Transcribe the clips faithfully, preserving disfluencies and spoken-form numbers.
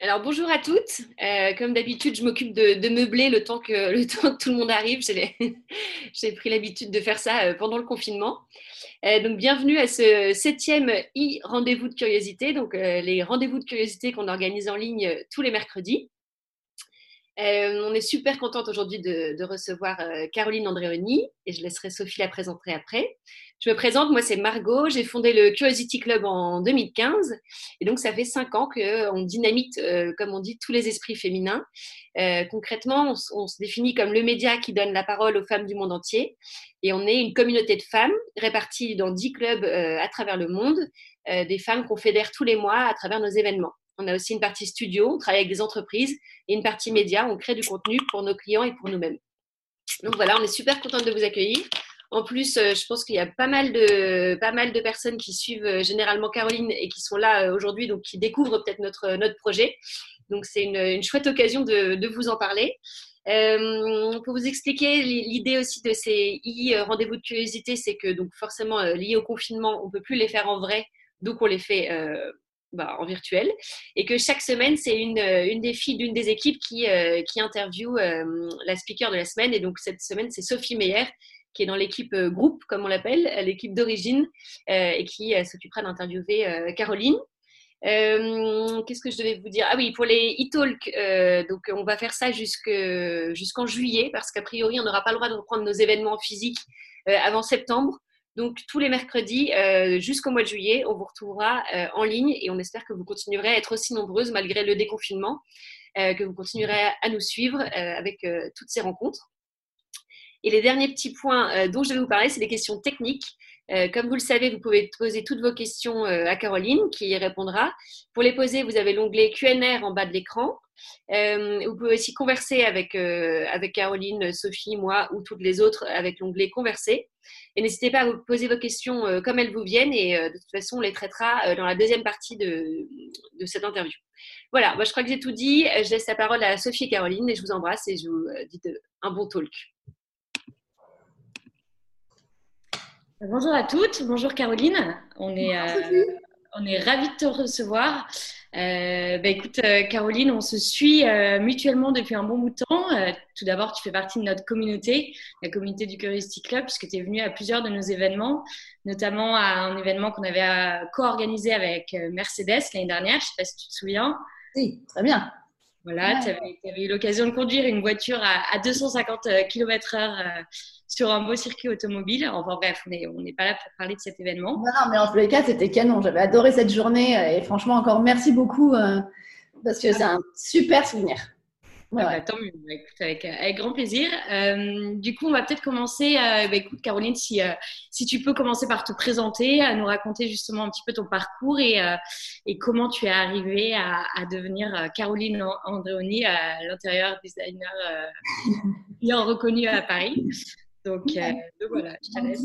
Alors bonjour à toutes. Euh, comme d'habitude, je m'occupe de, de meubler le temps que le temps que tout le monde arrive. J'ai, j'ai pris l'habitude de faire ça euh, pendant le confinement. Euh, donc bienvenue à ce septième e-rendez-vous de curiosité. Donc euh, les rendez-vous de curiosité qu'on organise en ligne euh, tous les mercredis. Euh, on est super contente aujourd'hui de, de recevoir euh, Caroline Andréoni et je laisserai Sophie la présenter après. Je me présente, moi c'est Margot, j'ai fondé le Curiosity Club en deux mille quinze et donc ça fait cinq ans qu'on dynamite, euh, comme on dit, tous les esprits féminins. Euh, concrètement, on, on se définit comme le média qui donne la parole aux femmes du monde entier et on est une communauté de femmes réparties dans dix clubs euh, à travers le monde, euh, des femmes qu'on fédère tous les mois à travers nos événements. On a aussi une partie studio, on travaille avec des entreprises, et une partie média, on crée du contenu pour nos clients et pour nous-mêmes. Donc voilà, on est super contente de vous accueillir. En plus, je pense qu'il y a pas mal de, pas mal de personnes qui suivent généralement Caroline et qui sont là aujourd'hui, donc qui découvrent peut-être notre, notre projet. Donc c'est une, une chouette occasion de, de vous en parler. Euh, pour vous expliquer l'idée aussi de ces e-rendez-vous de curiosité, c'est que donc forcément lié au confinement, on ne peut plus les faire en vrai, donc on les fait euh, bah, en virtuel, et que chaque semaine, c'est une, une des filles d'une des équipes qui, euh, qui interviewe euh, la speaker de la semaine. Et donc, cette semaine, c'est Sophie Meyer, qui est dans l'équipe euh, groupe, comme on l'appelle, l'équipe d'origine, euh, et qui euh, s'occupera d'interviewer euh, Caroline. Euh, qu'est-ce que je devais vous dire? Ah oui, pour les e-talks, euh, donc on va faire ça jusque, jusqu'en juillet, parce qu'a priori, on n'aura pas le droit de reprendre nos événements physiques euh, avant septembre. Donc, tous les mercredis, euh, jusqu'au mois de juillet, on vous retrouvera euh, en ligne et on espère que vous continuerez à être aussi nombreuses malgré le déconfinement, euh, que vous continuerez à nous suivre euh, avec euh, toutes ces rencontres. Et les derniers petits points euh, dont je vais vous parler, c'est des questions techniques. Euh, comme vous le savez, vous pouvez poser toutes vos questions euh, à Caroline qui y répondra. Pour les poser, vous avez l'onglet Q and A en bas de l'écran. Euh, vous pouvez aussi converser avec, euh, avec Caroline, Sophie, moi ou toutes les autres avec l'onglet Converser. Et n'hésitez pas à vous poser vos questions euh, comme elles vous viennent et euh, de toute façon, on les traitera euh, dans la deuxième partie de, de cette interview. Voilà, moi je crois que j'ai tout dit. Je laisse la parole à Sophie et Caroline et je vous embrasse et je vous euh, dis de, un bon talk. Bonjour à toutes, bonjour Caroline, on est, euh, on est ravis de te recevoir. Euh, bah écoute euh, Caroline, on se suit euh, mutuellement depuis un bon bout de temps. Euh, tout d'abord, tu fais partie de notre communauté, la communauté du Curiosity Club, puisque tu es venue à plusieurs de nos événements, notamment à un événement qu'on avait euh, co-organisé avec euh, Mercedes l'année dernière, je ne sais pas si tu te souviens. Oui, très bien. Voilà, ouais. tu avais, avais eu l'occasion de conduire une voiture à, à deux cent cinquante kilomètres heure euh, sur un beau circuit automobile. Enfin bref, on n'est on n'est pas là pour parler de cet événement. Non, non, mais en tous les cas, c'était canon. J'avais adoré cette journée et franchement, encore merci beaucoup euh, parce que ah, c'est un super souvenir. Ouais, ah bah, tant mieux, bah, écoute, avec, avec grand plaisir. Euh, du coup, on va peut-être commencer. Euh, bah, écoute, Caroline, si, euh, si tu peux commencer par te présenter, à nous raconter justement un petit peu ton parcours et, euh, et comment tu es arrivée à, à devenir euh, Caroline Andréoni, euh, l'intérieur designer euh, bien reconnue à Paris. Donc, euh, donc voilà, je te laisse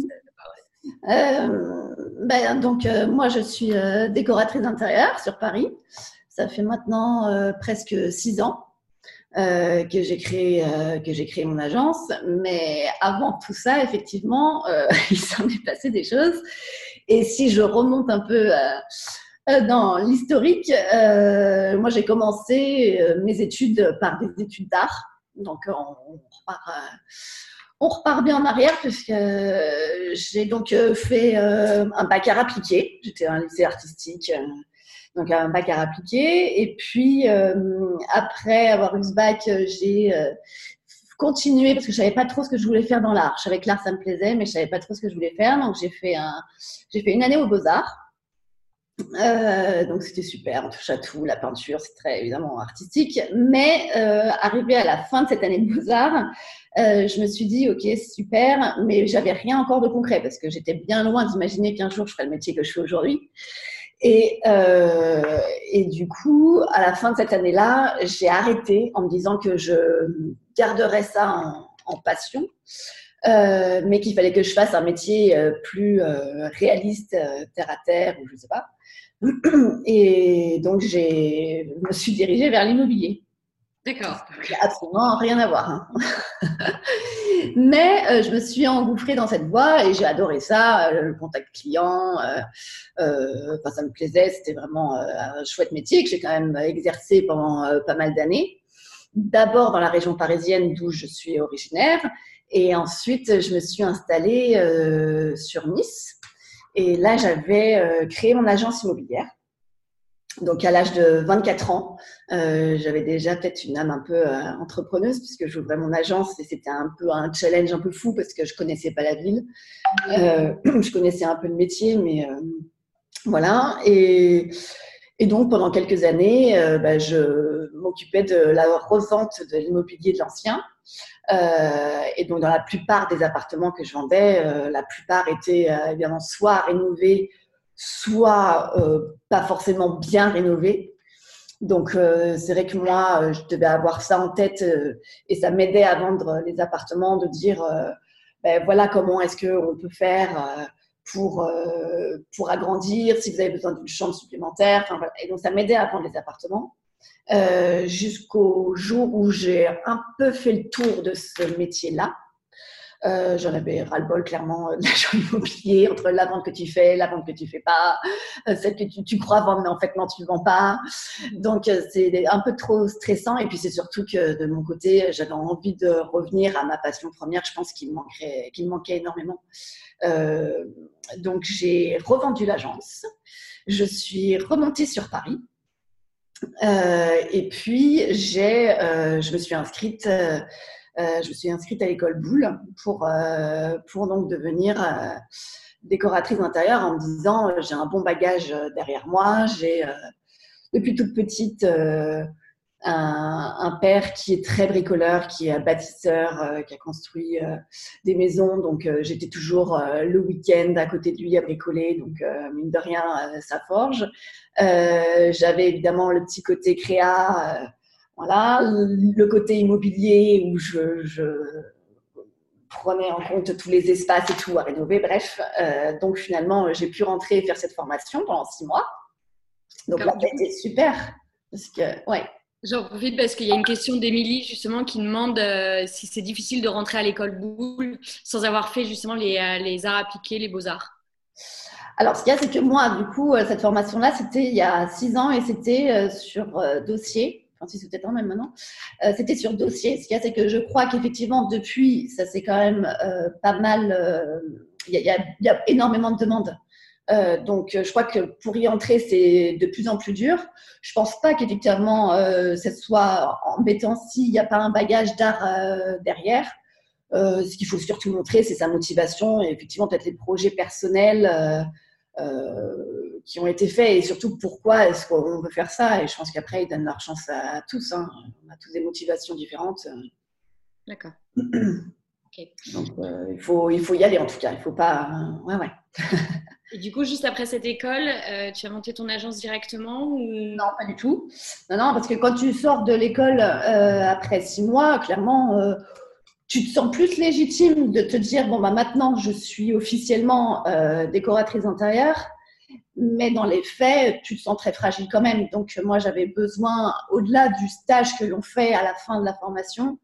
la parole. Euh, ben, donc, euh, moi, je suis euh, décoratrice d'intérieur sur Paris. Ça fait maintenant euh, presque six ans. Euh, que j'ai créé euh, que j'ai créé mon agence, mais avant tout ça, effectivement, euh, il s'en est passé des choses. Et si je remonte un peu euh, dans l'historique, euh, moi j'ai commencé euh, mes études par des études d'art, donc on, on repart. Euh, on repart bien en arrière puisque euh, j'ai donc euh, fait euh, un bac art appliqué. J'étais à un lycée artistique. Euh, donc un bac art appliqué. Et puis, euh, après avoir eu ce bac, j'ai euh, continué parce que je savais pas trop ce que je voulais faire dans l'art. Je savais que l'art, ça me plaisait, mais je savais pas trop ce que je voulais faire. Donc, j'ai fait, un, j'ai fait une année aux Beaux-Arts. Euh, donc, c'était super. On touche à tout. La peinture, c'est très, évidemment, artistique. Mais euh, arrivé à la fin de cette année de Beaux-Arts, euh, je me suis dit, OK, super, mais j'avais rien encore de concret parce que j'étais bien loin d'imaginer qu'un jour, je ferais le métier que je fais aujourd'hui. Et, euh, et du coup, à la fin de cette année-là, j'ai arrêté en me disant que je garderais ça en, en passion, euh, mais qu'il fallait que je fasse un métier euh, plus euh, réaliste, euh, terre à terre, ou je ne sais pas. Et donc, j'ai, je me suis dirigée vers l'immobilier. D'accord. Ça n'a absolument rien à voir. Hein. Mais euh, je me suis engouffrée dans cette voie et j'ai adoré ça, euh, le contact client. Euh, euh, enfin, ça me plaisait, c'était vraiment euh, un chouette métier que j'ai quand même exercé pendant euh, pas mal d'années. D'abord dans la région parisienne d'où je suis originaire et ensuite je me suis installée euh, sur Nice. Et là, j'avais euh, créé mon agence immobilière. Donc, à l'âge de vingt-quatre ans, euh, j'avais déjà peut-être une âme un peu euh, entrepreneuse puisque j'ouvrais mon agence et c'était un peu un challenge un peu fou parce que je connaissais pas la ville. Euh, je connaissais un peu le métier, mais euh, voilà. Et, et donc, pendant quelques années, euh, bah, je m'occupais de la revente de l'immobilier de l'ancien. Euh, et donc, dans la plupart des appartements que je vendais, euh, la plupart étaient euh, évidemment soit rénovés, soit euh, pas forcément bien rénovés. Donc, euh, c'est vrai que moi, euh, je devais avoir ça en tête euh, et ça m'aidait à vendre les appartements, de dire, euh, ben, voilà comment est-ce qu'on peut faire euh, pour, euh, pour agrandir, si vous avez besoin d'une chambre supplémentaire. Enfin, voilà. Et donc, ça m'aidait à vendre les appartements. Euh, jusqu'au jour où j'ai un peu fait le tour de ce métier-là. Euh, j'en avais ras-le-bol clairement de l'agent immobilier, entre la vente que tu fais, la vente que tu fais pas, euh, celle que tu, tu crois vendre mais en fait non tu ne vends pas. Donc euh, c'est un peu trop stressant et puis c'est surtout que de mon côté j'avais envie de revenir à ma passion première, je pense qu'il me manquerait, qu'il me manquait énormément. Euh, donc j'ai revendu l'agence, je suis remontée sur Paris. Euh, et puis, j'ai, euh, je me suis inscrite, euh, euh, je me suis inscrite à l'école Boulle pour, euh, pour donc devenir euh, décoratrice d'intérieur en me disant euh, j'ai un bon bagage derrière moi, j'ai euh, depuis toute petite euh, un, un père qui est très bricoleur, qui est bâtisseur, euh, qui a construit euh, des maisons. Donc, euh, j'étais toujours euh, le week-end à côté de lui à bricoler. Donc, euh, mine de rien, euh, ça forge. Euh, j'avais évidemment le petit côté créa, euh, voilà, le, le côté immobilier où je, je prenais en compte tous les espaces et tout à rénover. Bref, euh, donc finalement, j'ai pu rentrer et faire cette formation pendant six mois. Donc Comme là, c'était super. Parce que, ouais. J'en profite parce qu'il y a une question d'Émilie justement qui demande euh, si c'est difficile de rentrer à l'école Boulle sans avoir fait justement les, euh, les arts appliqués, les beaux-arts. Alors, ce qu'il y a, c'est que moi, du coup, cette formation-là, c'était il y a six ans et c'était euh, sur euh, dossier. Enfin, six ou sept ans même maintenant. Euh, c'était sur dossier. Ce qu'il y a, c'est que je crois qu'effectivement, depuis, ça c'est quand même euh, pas mal. Euh, il, y a, il, y a, il y a énormément de demandes. Euh, donc, je crois que pour y entrer, c'est de plus en plus dur. Je pense pas qu'effectivement, euh, ça soit embêtant s'il n'y a pas un bagage d'art euh, derrière. Euh, ce qu'il faut surtout montrer, c'est sa motivation et effectivement peut-être les projets personnels euh, euh, qui ont été faits et surtout pourquoi est-ce qu'on veut faire ça. Et je pense qu'après, ils donnent leur chance à, à tous. Hein. On a tous des motivations différentes. D'accord. Okay. Donc, euh, il, faut, il faut y aller en tout cas. Il ne faut pas… Euh, ouais, ouais. Et du coup, juste après cette école, euh, tu as monté ton agence directement ou… Non, pas du tout. Non, non, parce que quand tu sors de l'école euh, après six mois, clairement, euh, tu te sens plus légitime de te dire bon, bah, maintenant, je suis officiellement euh, décoratrice intérieure, mais dans les faits, tu te sens très fragile quand même. Donc, moi, j'avais besoin, au-delà du stage que l'on fait à la fin de la formation,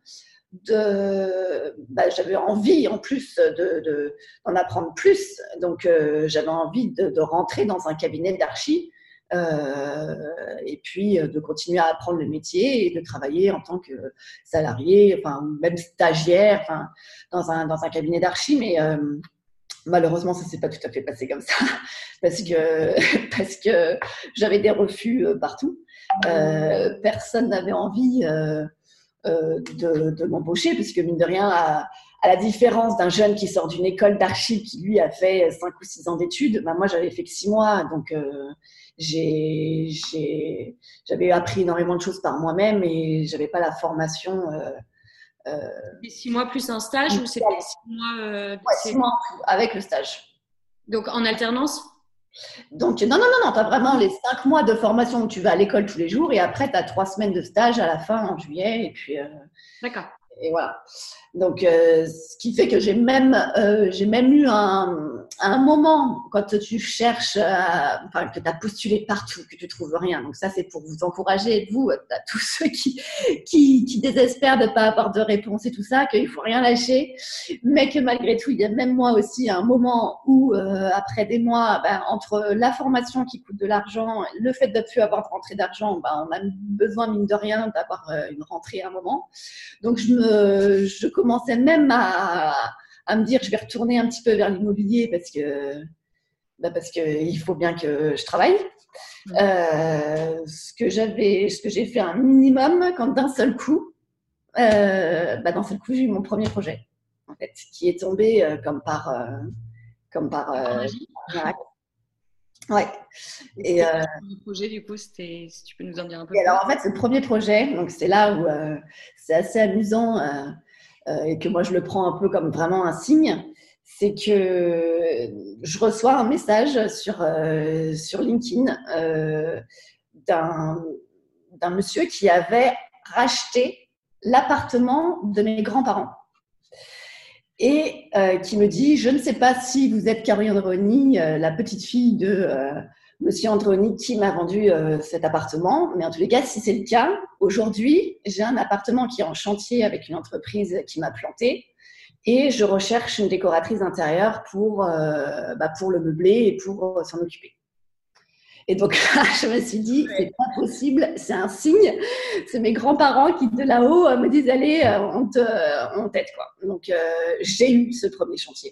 de, bah, j'avais envie en plus de, de, d'en apprendre plus. Donc, euh, j'avais envie de, de rentrer dans un cabinet d'archi euh, et puis de continuer à apprendre le métier et de travailler en tant que salarié, enfin, même stagiaire, enfin, dans, un, dans un cabinet d'archi. Mais euh, malheureusement, ça ne s'est pas tout à fait passé comme ça parce que, parce que j'avais des refus partout. Euh, personne n'avait envie euh, Euh, de, de m'embaucher, puisque mine de rien, à, à la différence d'un jeune qui sort d'une école d'archi qui lui a fait cinq ou six ans d'études, ben moi j'avais fait que six mois, donc euh, j'ai, j'ai, j'avais appris énormément de choses par moi-même et j'avais pas la formation. Euh, euh, C'était six mois plus un stage ou c'était six mois euh, ouais, six mois en tout, avec le stage. Donc en alternance? Donc, non, non, non, non, tu as vraiment les cinq mois de formation où tu vas à l'école tous les jours et après, tu as trois semaines de stage à la fin en juillet. Et puis, euh, d'accord. Et voilà. Donc, euh, ce qui fait que j'ai même, euh, j'ai même eu un, à un moment, quand tu cherches, à, enfin, que tu as postulé partout, que tu ne trouves rien, donc ça, c'est pour vous encourager, vous, à tous ceux qui, qui, qui désespèrent de ne pas avoir de réponse et tout ça, qu'il ne faut rien lâcher, mais que malgré tout, il y a même moi aussi un moment où, euh, après des mois, ben, entre la formation qui coûte de l'argent, le fait de ne plus avoir de rentrée d'argent, ben, on a besoin, mine de rien, d'avoir une rentrée à un moment. Donc, je, me, je commençais même à... à me dire je vais retourner un petit peu vers l'immobilier parce que bah parce que il faut bien que je travaille. Mmh. Euh, ce que j'avais, ce que j'ai fait un minimum quand d'un seul coup, euh, bah d'un seul coup j'ai eu mon premier projet en fait qui est tombé euh, comme par euh, comme par euh, ouais. Et euh, le projet du coup, c'était, si tu peux nous en dire un peu. Et plus. Alors en fait, ce premier projet, donc c'est là où euh, c'est assez amusant. Euh, Euh, et que moi je le prends un peu comme vraiment un signe, c'est que je reçois un message sur, euh, sur LinkedIn euh, d'un, d'un monsieur qui avait racheté l'appartement de mes grands-parents et euh, qui me dit « Je ne sais pas si vous êtes Caroline Andréoni, euh, la petite fille de euh, monsieur Andréoni qui m'a vendu euh, cet appartement, mais en tous les cas, si c'est le cas, aujourd'hui, j'ai un appartement qui est en chantier avec une entreprise qui m'a planté et je recherche une décoratrice intérieure pour, euh, bah, pour le meubler et pour euh, s'en occuper. » Et donc là, je me suis dit, c'est pas possible, c'est un signe. C'est mes grands-parents qui, de là-haut, me disent, allez, on, te, on t'aide, quoi. Donc, euh, j'ai eu ce premier chantier.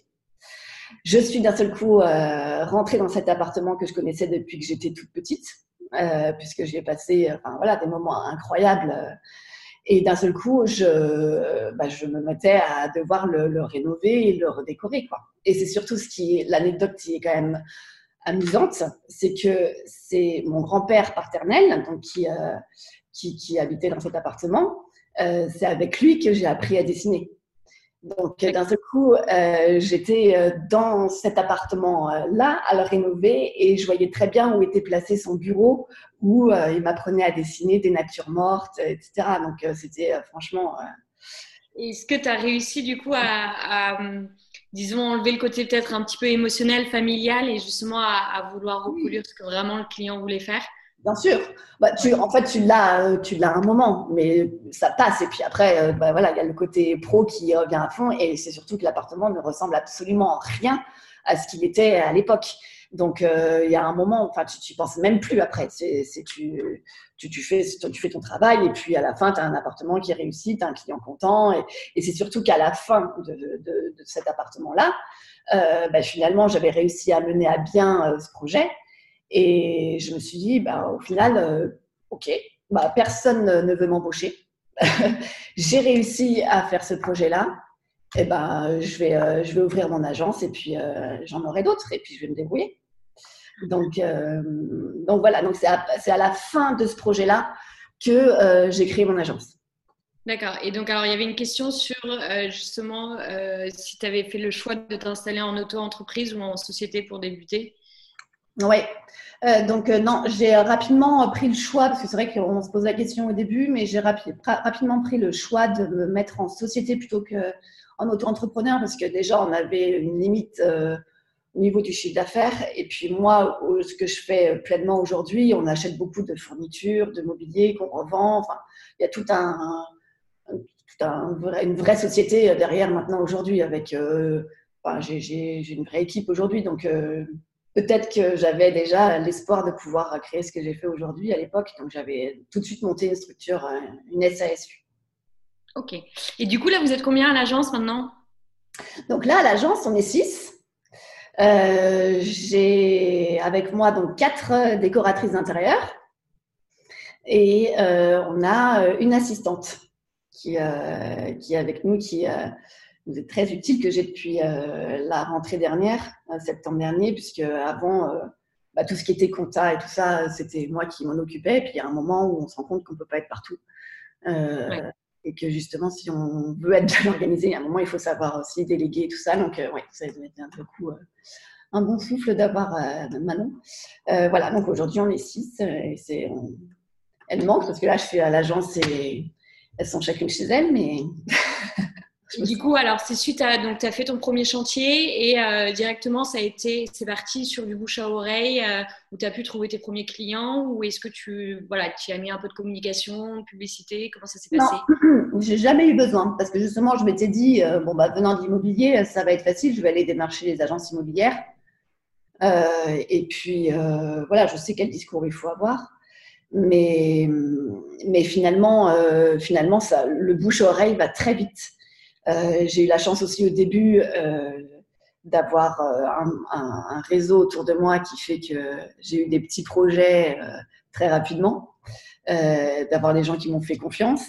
Je suis d'un seul coup euh, rentrée dans cet appartement que je connaissais depuis que j'étais toute petite, euh, puisque j'ai passé enfin, voilà, des moments incroyables. Euh, et d'un seul coup, je, bah, je me mettais à devoir le, le rénover et le redécorer, quoi. Et c'est surtout ce qui est, l'anecdote qui est quand même amusante, c'est que c'est mon grand-père paternel, donc qui, euh, qui, qui habitait dans cet appartement, euh, c'est avec lui que j'ai appris à dessiner. Donc, d'un seul coup, euh, j'étais dans cet appartement-là à le rénover et je voyais très bien où était placé son bureau, où euh, il m'apprenait à dessiner des natures mortes, et cetera. Donc, euh, c'était euh, franchement… Euh... Est-ce que tu as réussi du coup à, à, disons, enlever le côté peut-être un petit peu émotionnel, familial et justement à, à vouloir reproduire ce que vraiment le client voulait faire? Bien sûr. Bah, tu, en fait, tu l'as, tu l'as un moment, mais ça passe. Et puis après, bah, voilà, il y a le côté pro qui revient à fond. Et c'est surtout que l'appartement ne ressemble absolument rien à ce qu'il était à l'époque. Donc, euh, il y a un moment, enfin, tu ne penses même plus après. C'est, c'est, tu, tu, tu, fais, tu fais ton travail et puis à la fin, tu as un appartement qui réussit, tu as un client content. Et, et c'est surtout qu'à la fin de, de, de, de cet appartement-là, euh, bah, finalement, j'avais réussi à mener à bien euh, ce projet. Et je me suis dit, bah, au final, euh, ok, bah, personne ne veut m'embaucher. J'ai réussi à faire ce projet-là. Et ben, je vais, euh, je vais ouvrir mon agence et puis euh, j'en aurai d'autres et puis je vais me débrouiller. Donc, euh, donc voilà, donc c'est à, c'est à la fin de ce projet-là que euh, j'ai créé mon agence. D'accord. Et donc, alors, il y avait une question sur euh, justement euh, si tu avais fait le choix de t'installer en auto-entreprise ou en société pour débuter. Oui, euh, donc euh, non, j'ai rapidement pris le choix, parce que c'est vrai qu'on se pose la question au début, mais j'ai rapi- rapidement pris le choix de me mettre en société plutôt qu'en auto-entrepreneur, parce que déjà, on avait une limite euh, au niveau du chiffre d'affaires. Et puis moi, ce que je fais pleinement aujourd'hui, on achète beaucoup de fournitures, de mobilier qu'on revend. Enfin, il y a tout un, un, tout un vrai, une vraie société derrière maintenant aujourd'hui. Avec, euh, enfin, j'ai, j'ai, j'ai une vraie équipe aujourd'hui, donc… Euh, peut-être que j'avais déjà l'espoir de pouvoir créer ce que j'ai fait aujourd'hui à l'époque. Donc, j'avais tout de suite monté une structure, une S A S U. Ok. Et du coup, là, vous êtes combien à l'agence maintenant? Donc là, à l'agence, on est six. Euh, j'ai avec moi donc quatre décoratrices d'intérieur et euh, on a une assistante qui, euh, qui est avec nous, qui… Euh, vous êtes très utile, que j'ai depuis euh, la rentrée dernière, euh, septembre dernier, puisque avant, euh, bah, tout ce qui était compta et tout ça, c'était moi qui m'en occupais. Et puis il y a un moment où on se rend compte qu'on ne peut pas être partout. Euh, ouais. Et que justement, si on veut être bien organisé, il y a un moment, il faut savoir aussi déléguer et tout ça. Donc, euh, ouais, ça a été un peu coup, euh, un bon souffle d'avoir euh, Manon. Euh, voilà, donc aujourd'hui, on est six. Et c'est, on... elles manquent parce que là, je suis à l'agence et elles sont chacune chez elles, mais… Et du coup, alors, c'est suite à, donc, tu as fait ton premier chantier et euh, directement, ça a été, c'est parti sur du bouche à oreille euh, où tu as pu trouver tes premiers clients ou est-ce que tu, voilà, tu as mis un peu de communication, de publicité, comment ça s'est Non, passé? j'ai jamais eu besoin parce que justement, je m'étais dit, euh, bon, bah, venant de l'immobilier, ça va être facile, je vais aller démarcher les agences immobilières. Euh, et puis, euh, voilà, je sais quel discours il faut avoir. Mais, mais finalement, euh, finalement ça, le bouche-oreille va très vite. Euh, j'ai eu la chance aussi au début euh, d'avoir euh, un, un, un réseau autour de moi qui fait que j'ai eu des petits projets euh, très rapidement, euh, d'avoir des gens qui m'ont fait confiance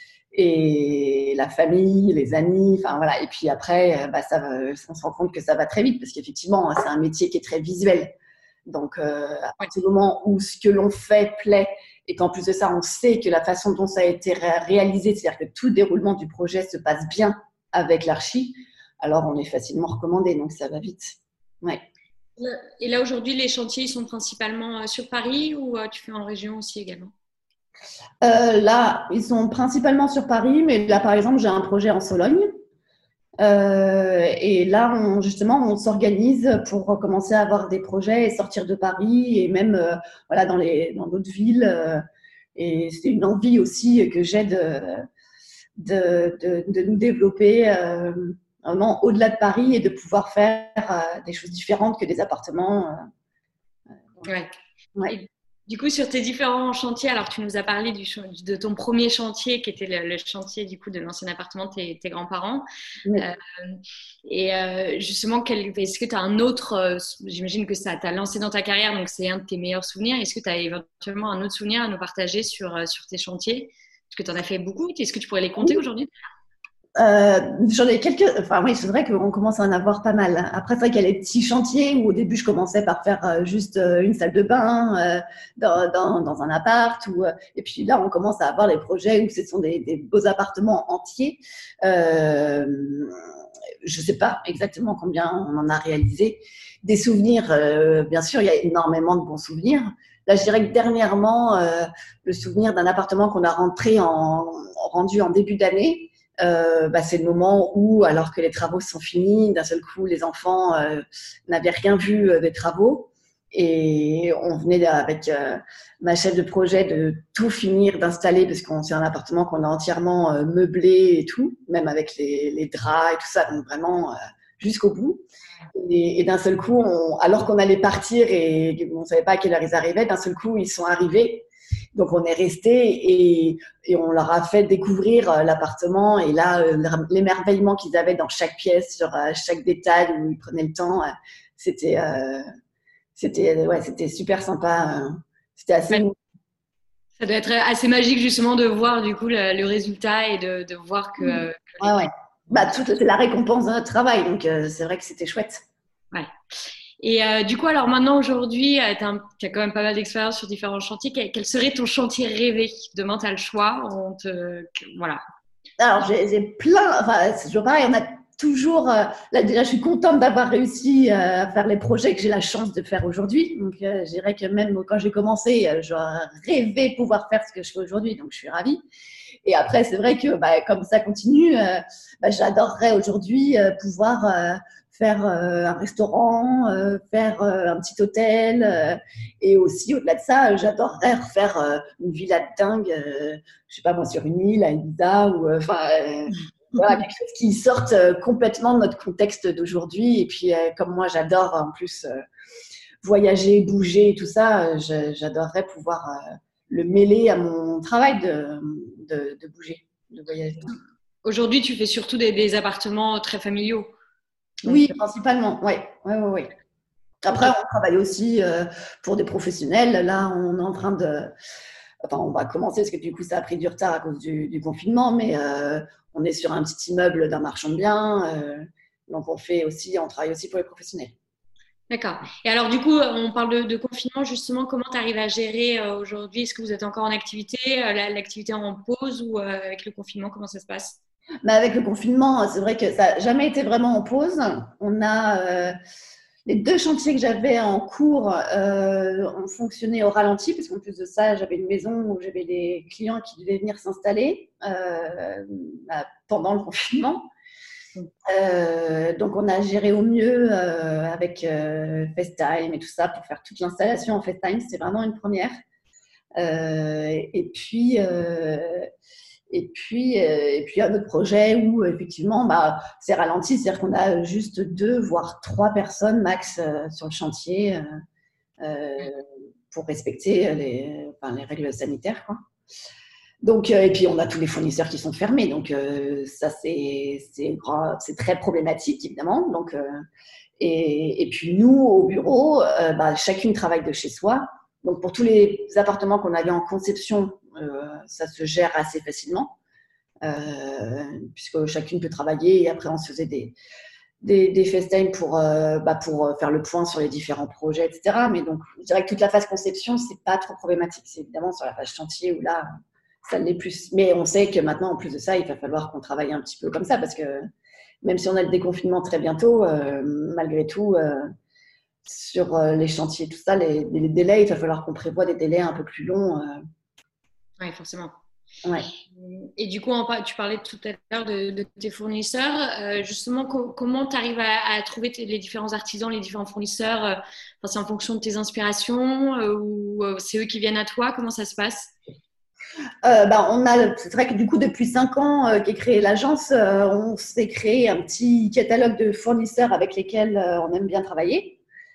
et la famille, les amis, enfin voilà. Et puis après, bah, ça va, on se rend compte que ça va très vite parce qu'effectivement, c'est un métier qui est très visuel. Donc, euh, à partir du moment où ce que l'on fait plaît et qu'en plus de ça, on sait que la façon dont ça a été ré- réalisé, c'est-à-dire que tout le déroulement du projet se passe bien avec l'archi, alors on est facilement recommandé, donc ça va vite. Ouais. Et là, aujourd'hui, les chantiers, ils sont principalement euh, sur Paris ou euh, tu fais en région aussi également? Euh, là, ils sont principalement sur Paris, mais là, par exemple, j'ai un projet en Sologne. Euh, et là, on, justement, on s'organise pour commencer à avoir des projets et sortir de Paris et même euh, voilà, dans, les, dans d'autres villes. Euh, et c'est une envie aussi que j'ai de, de, de, de nous développer euh, vraiment au-delà de Paris et de pouvoir faire euh, des choses différentes que des appartements. Euh, donc, Ouais. ouais. Et du coup, sur tes différents chantiers, alors tu nous as parlé du, de ton premier chantier qui était le, le chantier du coup de l'ancien appartement de tes, tes grands-parents. Oui. Euh, et euh, justement, quel, est-ce que tu as un autre, euh, j'imagine que ça t'a lancé dans ta carrière, donc c'est un de tes meilleurs souvenirs. Est-ce que tu as éventuellement un autre souvenir à nous partager sur, euh, sur tes chantiers? Est-ce que tu en as fait beaucoup? Est-ce que tu pourrais les compter aujourd'hui? Euh, j'en ai quelques, enfin oui, c'est vrai qu'on commence à en avoir pas mal. Après, c'est vrai qu'il y a les petits chantiers où au début je commençais par faire euh, juste euh, une salle de bain euh, dans, dans, dans un appart, ou, euh, et puis là on commence à avoir les projets où ce sont des, des beaux appartements entiers. Euh, je sais pas exactement combien on en a réalisé. Des souvenirs, euh, bien sûr, il y a énormément de bons souvenirs. Là, je dirais que dernièrement, euh, le souvenir d'un appartement qu'on a rentré en, rendu en début d'année. Euh, bah, c'est le moment où, alors que les travaux sont finis, d'un seul coup, les enfants euh, n'avaient rien vu euh, des travaux. Et on venait avec euh, ma chef de projet de tout finir d'installer, parce qu'on c'est un appartement qu'on a entièrement euh, meublé et tout, même avec les, les draps et tout ça, donc vraiment euh, jusqu'au bout. Et, et d'un seul coup, on, alors qu'on allait partir et on ne savait pas à quelle heure ils arrivaient, d'un seul coup, ils sont arrivés. Donc, on est resté et, et on leur a fait découvrir l'appartement. Et là, l'émerveillement qu'ils avaient dans chaque pièce, sur chaque détail, où ils prenaient le temps, c'était, euh, c'était, ouais, c'était super sympa. C'était assez. Ouais. Ça doit être assez magique justement de voir du coup le, le résultat et de, de voir que. Mmh. que ouais, ouais. Bah, tout, c'est la récompense de notre travail. Donc, euh, c'est vrai que c'était chouette. Ouais. Et euh, du coup, alors maintenant, aujourd'hui, euh, tu as quand même pas mal d'expérience sur différents chantiers. Quel, quel serait ton chantier rêvé? Demain, tu as le choix. On te... Voilà. Alors, j'ai, j'ai plein, enfin, c'est toujours pareil, on a toujours, euh, là déjà, je suis contente d'avoir réussi euh, à faire les projets que j'ai la chance de faire aujourd'hui. Donc, euh, je dirais que même quand j'ai commencé, euh, j'aurais rêvé pouvoir faire ce que je fais aujourd'hui. Donc, je suis ravie. Et après, c'est vrai que bah, comme ça continue, euh, bah, j'adorerais aujourd'hui euh, pouvoir euh, faire euh, un restaurant, euh, faire euh, un petit hôtel. Euh, et aussi, au-delà de ça, j'adorerais refaire euh, une villa de dingue, euh, je sais pas moi, sur une île, à Ibiza, ou enfin, euh, voilà, quelque chose qui sorte euh, complètement de notre contexte d'aujourd'hui. Et puis, euh, comme moi, j'adore en plus euh, voyager, bouger, tout ça, euh, je, j'adorerais pouvoir euh, le mêler à mon travail de, de, de bouger, de voyager. Aujourd'hui, tu fais surtout des, des appartements très familiaux. Donc, oui, principalement, oui. Ouais, ouais, ouais. Après, okay. On travaille aussi euh, pour des professionnels. Là, on est en train de... Enfin, on va commencer parce que du coup, ça a pris du retard à cause du, du confinement, mais euh, on est sur un petit immeuble d'un marchand de biens. Euh, donc, on fait aussi, on travaille aussi pour les professionnels. D'accord. Et alors, du coup, on parle de, de confinement, justement. Comment tu arrives à gérer euh, aujourd'hui? Est-ce que vous êtes encore en activité? euh, L'activité en pause ou euh, avec le confinement, comment ça se passe? Mais avec le confinement, c'est vrai que ça n'a jamais été vraiment en pause. On a euh, les deux chantiers que j'avais en cours euh, ont fonctionné au ralenti, parce qu'en plus de ça, j'avais une maison où j'avais des clients qui devaient venir s'installer euh, pendant le confinement. Euh, donc, on a géré au mieux euh, avec euh, FaceTime et tout ça pour faire toute l'installation en FaceTime. C'est vraiment une première. Euh, et puis, euh, et puis, euh, et puis un autre projet où effectivement, bah, c'est ralenti, c'est-à-dire qu'on a juste deux voire trois personnes max euh, sur le chantier euh, euh, pour respecter les, enfin, les règles sanitaires, quoi. Donc, euh, et puis on a tous les fournisseurs qui sont fermés, donc euh, ça c'est c'est c'est très problématique évidemment. Donc, euh, et, et puis nous au bureau, euh, bah, chacune travaille de chez soi. Donc pour tous les appartements qu'on avait en conception, euh, ça se gère assez facilement, euh, puisque chacune peut travailler. Et après on se faisait des des, des FaceTime pour euh, bah, pour faire le point sur les différents projets, et cetera. Mais donc je dirais que toute la phase conception c'est pas trop problématique. C'est évidemment sur la phase chantier où là ça l'est plus. Mais on sait que maintenant, en plus de ça, il va falloir qu'on travaille un petit peu comme ça parce que même si on a le déconfinement très bientôt, euh, malgré tout, euh, sur euh, les chantiers, tout ça, les, les délais, il va falloir qu'on prévoie des délais un peu plus longs. Euh. Oui, forcément. Ouais. Et du coup, tu parlais tout à l'heure de, de tes fournisseurs. Euh, justement, co- comment tu arrives à, à trouver tes, les différents artisans, les différents fournisseurs euh, enfin, c'est en fonction de tes inspirations euh, ou euh, c'est eux qui viennent à toi? Comment ça se passe? Euh, bah, on a, c'est vrai que du coup, depuis cinq ans euh, qu'est créée l'agence, euh, on s'est créé un petit catalogue de fournisseurs avec lesquels euh, on aime bien travailler.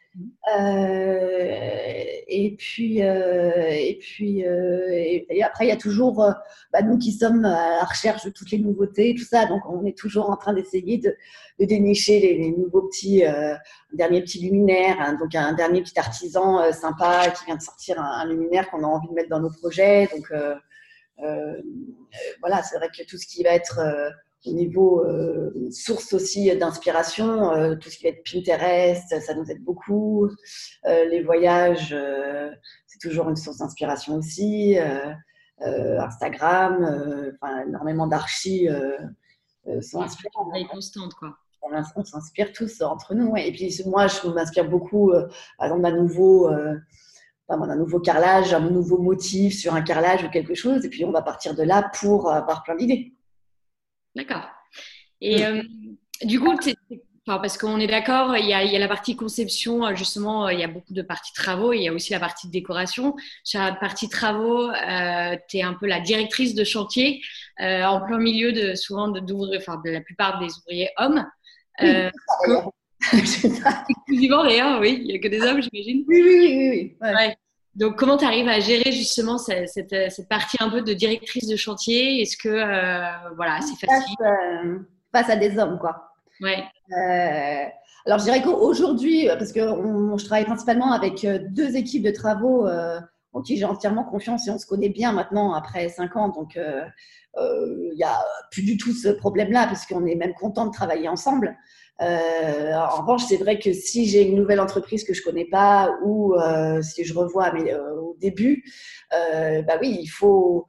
Euh, et puis, euh, et puis, euh, et, et après, il y a toujours euh, bah, nous qui sommes à la recherche de toutes les nouveautés, tout ça. Donc, on est toujours en train d'essayer de, de dénicher les, les nouveaux petits, euh, dernier petit luminaire, hein, donc un dernier petit artisan euh, sympa qui vient de sortir un, un luminaire qu'on a envie de mettre dans nos projets. Donc, euh, euh, voilà, c'est vrai que tout ce qui va être euh, au niveau euh, source aussi d'inspiration, euh, tout ce qui va être Pinterest, ça nous aide beaucoup. Euh, les voyages, euh, c'est toujours une source d'inspiration aussi. Euh, euh, Instagram, euh, enfin, énormément d'archis euh, euh, sont inspirants. Elle est constante, quoi. On, on s'inspire tous entre nous. Ouais. Et puis moi, je m'inspire beaucoup, euh, par exemple, d'un nouveau, euh, enfin, d'un nouveau carrelage, un nouveau motif sur un carrelage ou quelque chose. Et puis on va partir de là pour avoir plein d'idées. D'accord. Et euh, du coup, t'es, t'es, enfin, parce qu'on est d'accord, il y, a, il y a la partie conception, justement, il y a beaucoup de parties travaux, et il y a aussi la partie de décoration. Sur la partie travaux, euh, tu es un peu la directrice de chantier, euh, en plein milieu de souvent de, d'ouvriers, enfin, de la plupart des ouvriers hommes. Euh, oui, exclusivement d'ailleurs, oui, il n'y a que des hommes, j'imagine. Oui, oui, oui. oui. Ouais. Ouais. Donc, comment tu arrives à gérer justement cette, cette, cette partie un peu de directrice de chantier? Est-ce que euh, voilà, c'est facile? Face, euh, face à des hommes, quoi. Ouais. Euh, alors, je dirais qu'aujourd'hui, parce que on, je travaille principalement avec deux équipes de travaux euh, en qui j'ai entièrement confiance et on se connaît bien maintenant après cinq ans. Donc, il euh, euh, n'y a plus du tout ce problème-là parce qu'on est même content de travailler ensemble. Euh, en revanche, c'est vrai que si j'ai une nouvelle entreprise que je connais pas ou euh, si je revois mais, euh, au début, euh, bah oui, il faut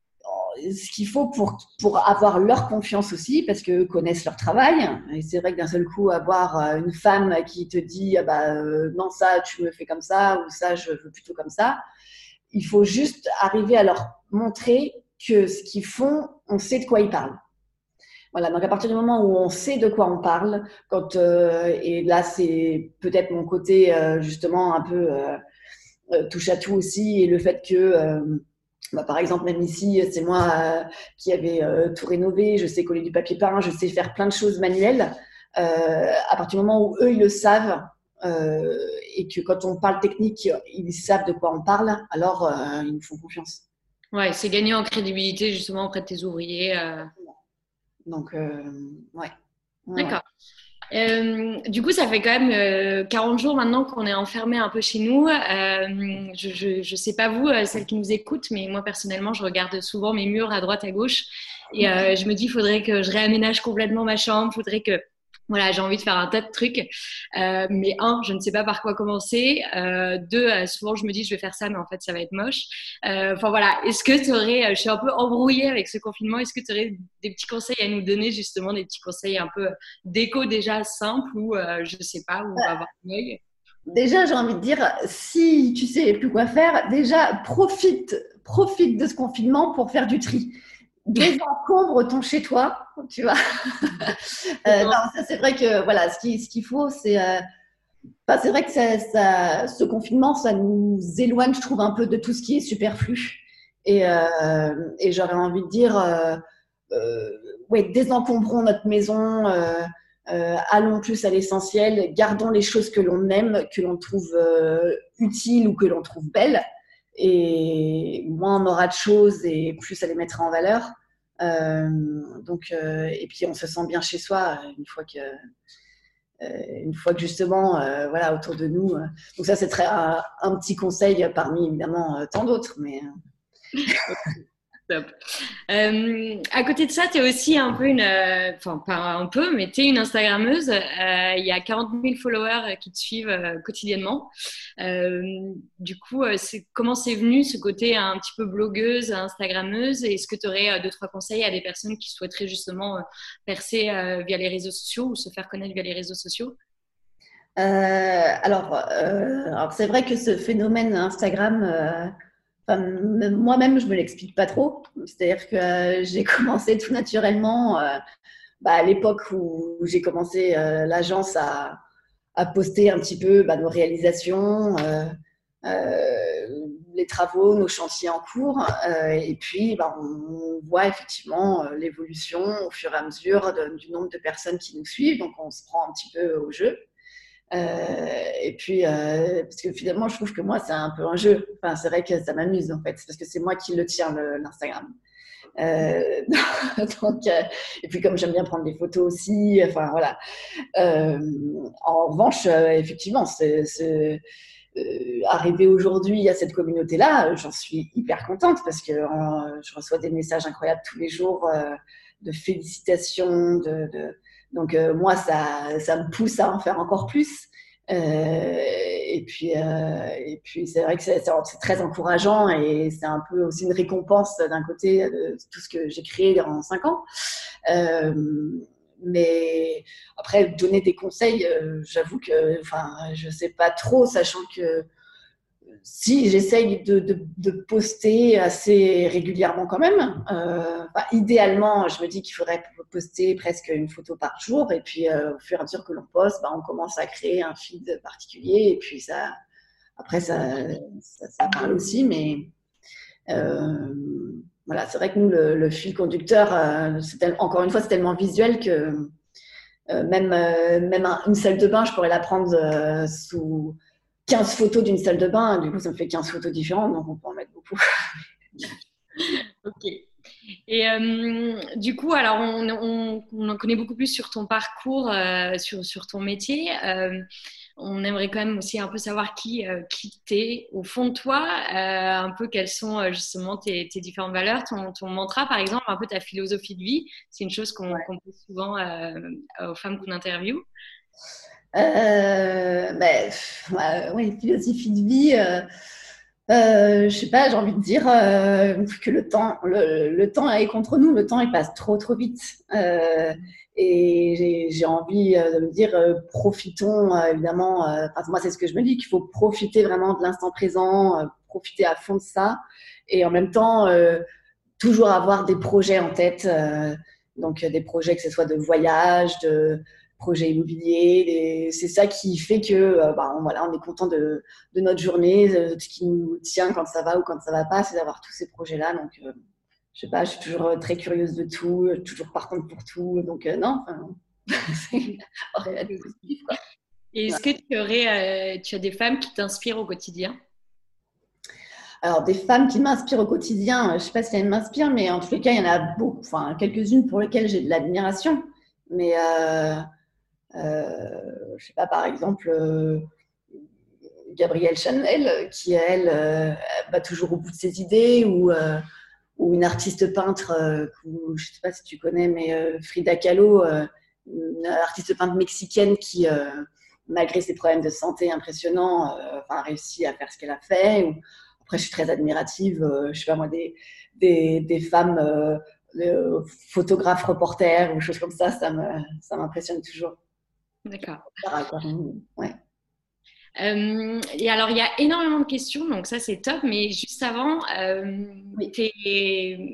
ce qu'il faut pour, pour avoir leur confiance aussi, parce qu'eux connaissent leur travail. Et c'est vrai que d'un seul coup, avoir une femme qui te dit ah bah, euh, non, ça, tu me fais comme ça, ou ça, je veux plutôt comme ça, il faut juste arriver à leur montrer que ce qu'ils font, on sait de quoi ils parlent. Voilà, donc à partir du moment où on sait de quoi on parle, quand, euh, et là, c'est peut-être mon côté euh, justement un peu euh, euh, touche à tout aussi, et le fait que euh, bah, par exemple, même ici, c'est moi euh, qui avais euh, tout rénové, je sais coller du papier peint, je sais faire plein de choses manuelles. Euh, à partir du moment où eux, ils le savent euh, et que quand on parle technique, ils savent de quoi on parle, alors euh, ils nous font confiance. Ouais, c'est gagner en crédibilité justement auprès de tes ouvriers. Euh... Donc, euh, ouais. ouais. D'accord. Euh, du coup, ça fait quand même euh, quarante jours maintenant qu'on est enfermé un peu chez nous. Euh, je ne sais pas vous, euh, celles qui nous écoutent, mais moi personnellement, je regarde souvent mes murs à droite, à gauche, et euh, je me dis, il faudrait que je réaménage complètement ma chambre, il faudrait que voilà, j'ai envie de faire un tas de trucs, euh, mais un, je ne sais pas par quoi commencer. Euh, deux, euh, souvent je me dis je vais faire ça, mais en fait ça va être moche. Euh, enfin voilà, est-ce que tu aurais, je suis un peu embrouillée avec ce confinement, est-ce que tu aurais des petits conseils à nous donner justement, des petits conseils un peu déco déjà simples ou euh, je sais pas, où on va avoir un œil? Déjà, j'ai envie de dire, si tu sais plus quoi faire, déjà profite, profite de ce confinement pour faire du tri. désencombre ton chez toi, tu vois. euh, non, ça, c'est vrai que voilà, ce qu'il ce qu'il faut, c'est. Euh, enfin, c'est vrai que ça, ça, ce confinement, ça nous éloigne, je trouve, un peu de tout ce qui est superflu. Et, euh, et j'aurais envie de dire, euh, euh, ouais, désencombrons notre maison, euh, euh, allons plus à l'essentiel, gardons les choses que l'on aime, que l'on trouve euh, utiles ou que l'on trouve belles. Et moins on aura de choses et plus ça les mettra en valeur. Euh, donc, euh, et puis on se sent bien chez soi une fois que, euh, une fois que justement, euh, voilà, autour de nous. Euh, donc ça, c'est très un, un petit conseil parmi évidemment euh, tant d'autres, mais. Top. Euh, à côté de ça, tu es aussi un peu une, euh, enfin pas un peu, mais tu es une Instagrammeuse. Euh, Il y a quarante mille followers qui te suivent euh, quotidiennement. Euh, du coup, euh, c'est, comment c'est venu ce côté un petit peu blogueuse, Instagrammeuse? Est-ce que tu aurais euh, deux, trois conseils à des personnes qui souhaiteraient justement euh, percer euh, via les réseaux sociaux ou se faire connaître via les réseaux sociaux? Euh, alors, euh, alors c'est vrai que ce phénomène Instagram, euh, enfin, moi-même, je me l'explique pas trop. C'est-à-dire que euh, j'ai commencé tout naturellement euh, bah, à l'époque où, où j'ai commencé euh, l'agence à, à poster un petit peu bah, nos réalisations, euh, euh, les travaux, nos chantiers en cours. Euh, et puis, bah, on voit effectivement euh, l'évolution au fur et à mesure de, du nombre de personnes qui nous suivent. Donc, on se prend un petit peu au jeu. Euh, et puis, euh, parce que finalement, je trouve que moi, c'est un peu un jeu. Enfin, c'est vrai que ça m'amuse en fait, parce que c'est moi qui le tiens, le, l'Instagram. Euh, donc, euh, et puis, comme j'aime bien prendre des photos aussi, enfin voilà. Euh, en revanche, euh, effectivement, c'est, c'est, euh, arrivé aujourd'hui à cette communauté-là, j'en suis hyper contente parce que euh, je reçois des messages incroyables tous les jours euh, de félicitations, de, de donc euh, moi ça, ça me pousse à en faire encore plus. Euh, et puis euh, et puis c'est vrai que c'est, c'est très encourageant et c'est un peu aussi une récompense d'un côté de tout ce que j'ai créé en cinq ans. Euh, mais après, donner des conseils, euh, j'avoue que enfin, je ne sais pas trop, sachant que si j'essaye de, de, de poster assez régulièrement quand même. Euh, enfin, idéalement, je me dis qu'il faudrait poster presque une photo par jour. Et puis, euh, au fur et à mesure que l'on poste, bah, on commence à créer un feed particulier. Et puis, ça, après, ça, ça, ça parle aussi. Mais euh, voilà, c'est vrai que nous, le, le fil conducteur, euh, c'est tel, encore une fois, c'est tellement visuel que euh, même, euh, même un, une salle de bain, je pourrais la prendre euh, sous quinze photos d'une salle de bain. Du coup, ça me fait quinze photos différentes, donc on peut en mettre beaucoup. Ok. Et euh, du coup, alors on, on, on en connaît beaucoup plus sur ton parcours, euh, sur, sur ton métier. Euh, on aimerait quand même aussi un peu savoir qui, euh, qui t'es au fond de toi, euh, un peu quelles sont euh, justement tes, tes différentes valeurs, ton, ton mantra par exemple, un peu ta philosophie de vie. C'est une chose qu'on, Ouais. qu'on pose souvent euh, aux femmes qu'on interviewe. Euh, ben, ouais, oui, philosophie de vie. Euh, euh, je sais pas, j'ai envie de dire euh, que le temps, le, le temps est contre nous. Le temps, il passe trop, trop vite. Euh, et j'ai, j'ai envie euh, de me dire, euh, profitons euh, évidemment. Euh, enfin, moi, c'est ce que je me dis, qu'il faut profiter vraiment de l'instant présent, euh, profiter à fond de ça, et en même temps, euh, toujours avoir des projets en tête. Euh, donc, des projets que ce soit de voyage, de projets immobiliers. Des... C'est ça qui fait que euh, bah, on, voilà, on est content de, de notre journée, de ce qui nous tient quand ça va ou quand ça va pas, c'est d'avoir tous ces projets-là. Donc, euh, je sais pas, je suis toujours très curieuse de tout, toujours partante pour tout. Donc, euh, non, enfin, c'est positif, quoi. Et est-ce que tu aurais, euh, tu as des femmes qui t'inspirent au quotidien? Alors, des femmes qui m'inspirent au quotidien, je ne sais pas si elles m'inspirent, mais en tous les cas, il y en a beaucoup, enfin, quelques-unes pour lesquelles j'ai de l'admiration. Mais, euh, euh, je ne sais pas, par exemple, euh, Gabrielle Chanel, qui, elle, euh, va toujours au bout de ses idées, ou, euh, ou une artiste peintre, euh, que, je ne sais pas si tu connais, mais euh, Frida Kahlo, euh, une artiste peintre mexicaine qui, euh, malgré ses problèmes de santé impressionnants, euh, enfin, a réussi à faire ce qu'elle a fait. Ou, après, je suis très admirative, euh, je sais pas moi, des, des, des femmes euh, euh, photographes, reporters, ou choses comme ça, ça, me, ça m'impressionne toujours. D'accord. Ouais. Euh, et alors, il y a énormément de questions, donc ça c'est top, mais juste avant, euh, Oui. t'es,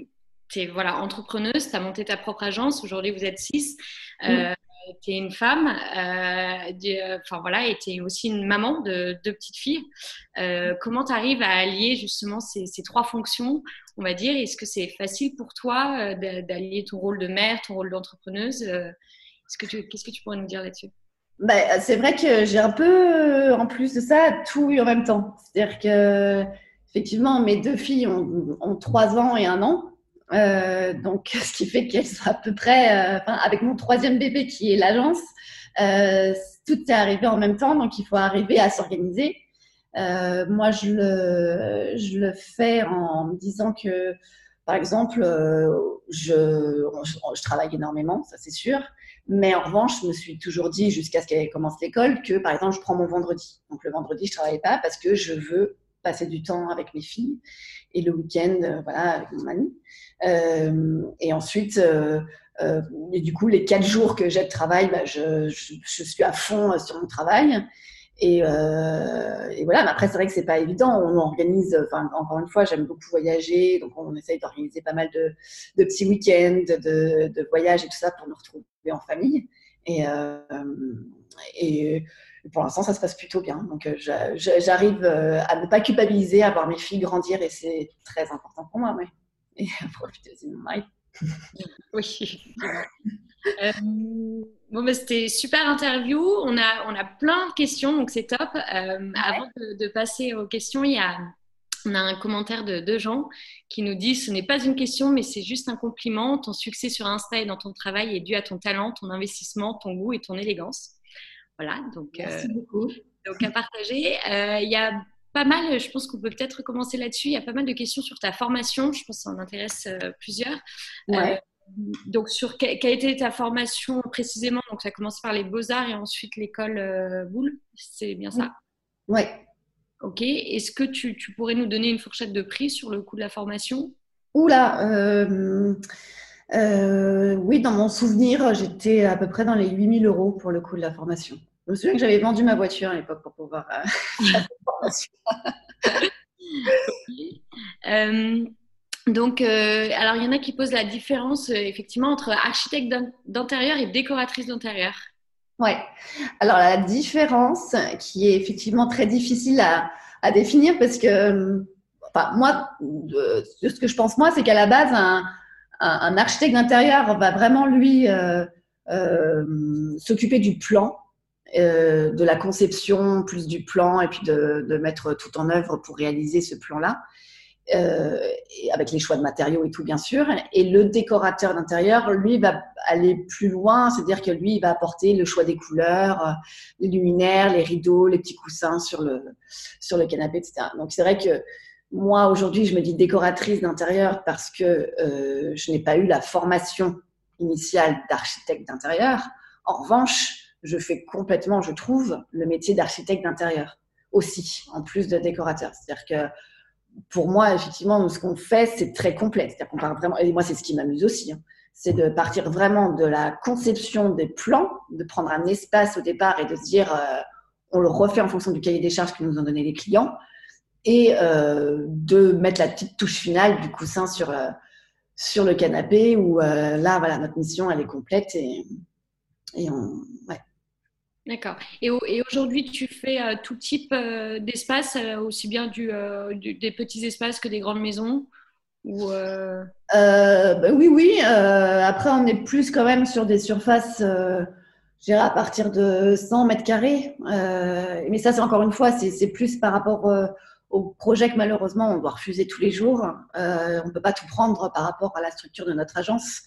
tu es voilà, entrepreneuse, tu as monté ta propre agence, aujourd'hui vous êtes six. Euh, tu es une femme, euh, de, enfin voilà, et tu es aussi une maman de deux petites filles. Euh, comment tu arrives à allier justement ces, ces trois fonctions, on va dire? Est-ce que c'est facile pour toi euh, d'allier ton rôle de mère, ton rôle d'entrepreneuse? euh, est-ce que tu, Qu'est-ce que tu pourrais nous dire là-dessus? Ben, c'est vrai que j'ai un peu, en plus de ça, tout eu en même temps. C'est-à-dire que, effectivement, mes deux filles ont, ont trois ans et un an. Euh, donc, ce qui fait qu'elles sont à peu près, euh, enfin, avec mon troisième bébé qui est l'agence, euh, tout est arrivé en même temps. Donc, il faut arriver à s'organiser. Euh, moi, je le, je le fais en me disant que, par exemple, euh, je, je travaille énormément, ça c'est sûr. Mais en revanche, je me suis toujours dit, jusqu'à ce qu'elle commence l'école, que par exemple, je prends mon vendredi. Donc le vendredi, je ne travaille pas parce que je veux passer du temps avec mes filles. Et le week-end, euh, voilà, avec mon mari. Euh, et ensuite, euh, euh, et du coup, les quatre jours que j'ai de travail, bah, je, je, je suis à fond sur mon travail. Et, euh, et voilà, mais après, c'est vrai que c'est pas évident. On organise, enfin, encore une fois, j'aime beaucoup voyager, donc on essaye d'organiser pas mal de, de petits week-ends, de, de voyages et tout ça pour nous retrouver en famille. Et, euh, et pour l'instant, ça se passe plutôt bien. Donc, j'arrive à ne pas culpabiliser, à voir mes filles grandir, et c'est très important pour moi, ouais. Et à profiter aussi de mon mari. Oui. Euh, bon, bah, c'était super interview. On a, on a plein de questions, donc c'est top. Euh, ouais. Avant de, de passer aux questions, il y a, on a un commentaire de deux gens qui nous disent: ce n'est pas une question, mais c'est juste un compliment. Ton succès sur Insta et dans ton travail est dû à ton talent, ton investissement, ton goût et ton élégance. Voilà, donc, merci euh, beaucoup. Donc à partager. Euh, il y a pas mal, je pense qu'on peut peut-être commencer là-dessus. Il y a pas mal de questions sur ta formation. Je pense que ça en intéresse euh, plusieurs. Ouais. Euh, donc, sur quelle a été ta formation précisément? Donc, ça a commencé par les Beaux-Arts et ensuite l'école euh, Boulle. C'est bien ça? Oui. Ok. Est-ce que tu, tu pourrais nous donner une fourchette de prix sur le coût de la formation? Oula, euh, euh, oui, dans mon souvenir, j'étais à peu près dans les huit mille euros pour le coût de la formation. Je me souviens que j'avais vendu ma voiture à l'époque pour pouvoir euh, faire cette formation. Okay. Euh, Donc, euh, alors il y en a qui posent la différence euh, effectivement entre architecte d'intérieur et décoratrice d'intérieur. Ouais. Alors la différence, qui est effectivement très difficile à, à définir, parce que, enfin, moi, de, de ce que je pense moi, c'est qu'à la base, un, un, un architecte d'intérieur va vraiment lui euh, euh, s'occuper du plan, euh, de la conception, plus du plan, et puis de, de mettre tout en œuvre pour réaliser ce plan-là. Euh, avec les choix de matériaux et tout, bien sûr. Et le décorateur d'intérieur, lui, va aller plus loin, c'est-à-dire que lui, il va apporter le choix des couleurs, les luminaires, les rideaux, les petits coussins sur le, sur le canapé, et cetera. Donc, c'est vrai que moi, aujourd'hui, je me dis décoratrice d'intérieur parce que euh, je n'ai pas eu la formation initiale d'architecte d'intérieur. En revanche, je fais complètement, je trouve, le métier d'architecte d'intérieur aussi, en plus de décorateur. C'est-à-dire que pour moi, effectivement, ce qu'on fait, c'est très complet. C'est-à-dire qu'on part vraiment, et moi, c'est ce qui m'amuse aussi, hein, c'est de partir vraiment de la conception des plans, de prendre un espace au départ et de se dire, euh, on le refait en fonction du cahier des charges que nous ont donné les clients, et euh, de mettre la petite touche finale du coussin sur, euh, sur le canapé, où euh, là, voilà, notre mission, elle est complète, et, et on, ouais. D'accord. Et, et aujourd'hui, tu fais euh, tout type euh, d'espace, euh, aussi bien du, euh, du, des petits espaces que des grandes maisons ou euh... Euh, bah oui, oui. Euh, après, on est plus quand même sur des surfaces, euh, je dirais, à partir de cent mètres carrés. Euh, mais ça, c'est encore une fois, c'est, c'est plus par rapport euh, au projet que malheureusement, on doit refuser tous les jours. Euh, on ne peut pas tout prendre par rapport à la structure de notre agence.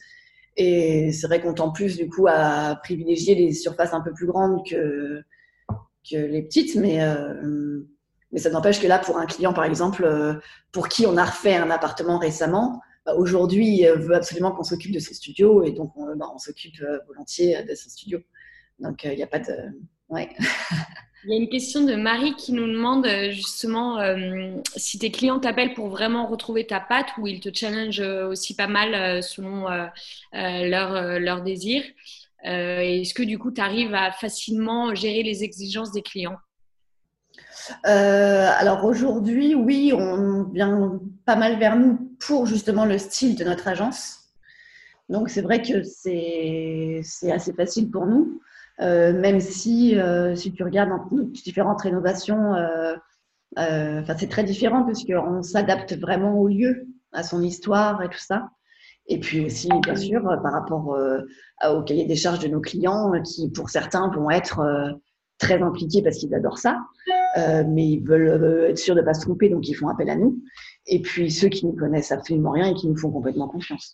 Et c'est vrai qu'on tend plus, du coup, à privilégier les surfaces un peu plus grandes que, que les petites. Mais, euh, mais ça n'empêche que là, pour un client, par exemple, euh, pour qui on a refait un appartement récemment, bah, aujourd'hui, il veut absolument qu'on s'occupe de son studio. Et donc, on, bah, on s'occupe euh, volontiers de son studio. Donc, il euh, n'y a pas de... Ouais. Il y a une question de Marie qui nous demande justement euh, si tes clients t'appellent pour vraiment retrouver ta patte ou ils te challengent aussi pas mal euh, selon euh, euh, leurs euh, leur désirs. Euh, est-ce que du coup, tu arrives à facilement gérer les exigences des clients? Euh, alors aujourd'hui, oui, on vient pas mal vers nous pour justement le style de notre agence. Donc c'est vrai que c'est, c'est assez facile pour nous, euh, même si, euh, si tu regardes dans nos différentes rénovations, euh, euh, enfin, c'est très différent puisqu'on s'adapte vraiment au lieu, à son histoire et tout ça. Et puis aussi, bien sûr, euh, par rapport euh, au cahier des charges de nos clients, euh, qui pour certains vont être euh, très impliqués parce qu'ils adorent ça, euh, mais ils veulent euh, être sûrs de ne pas se tromper, donc ils font appel à nous. Et puis ceux qui ne connaissent absolument rien et qui nous font complètement confiance.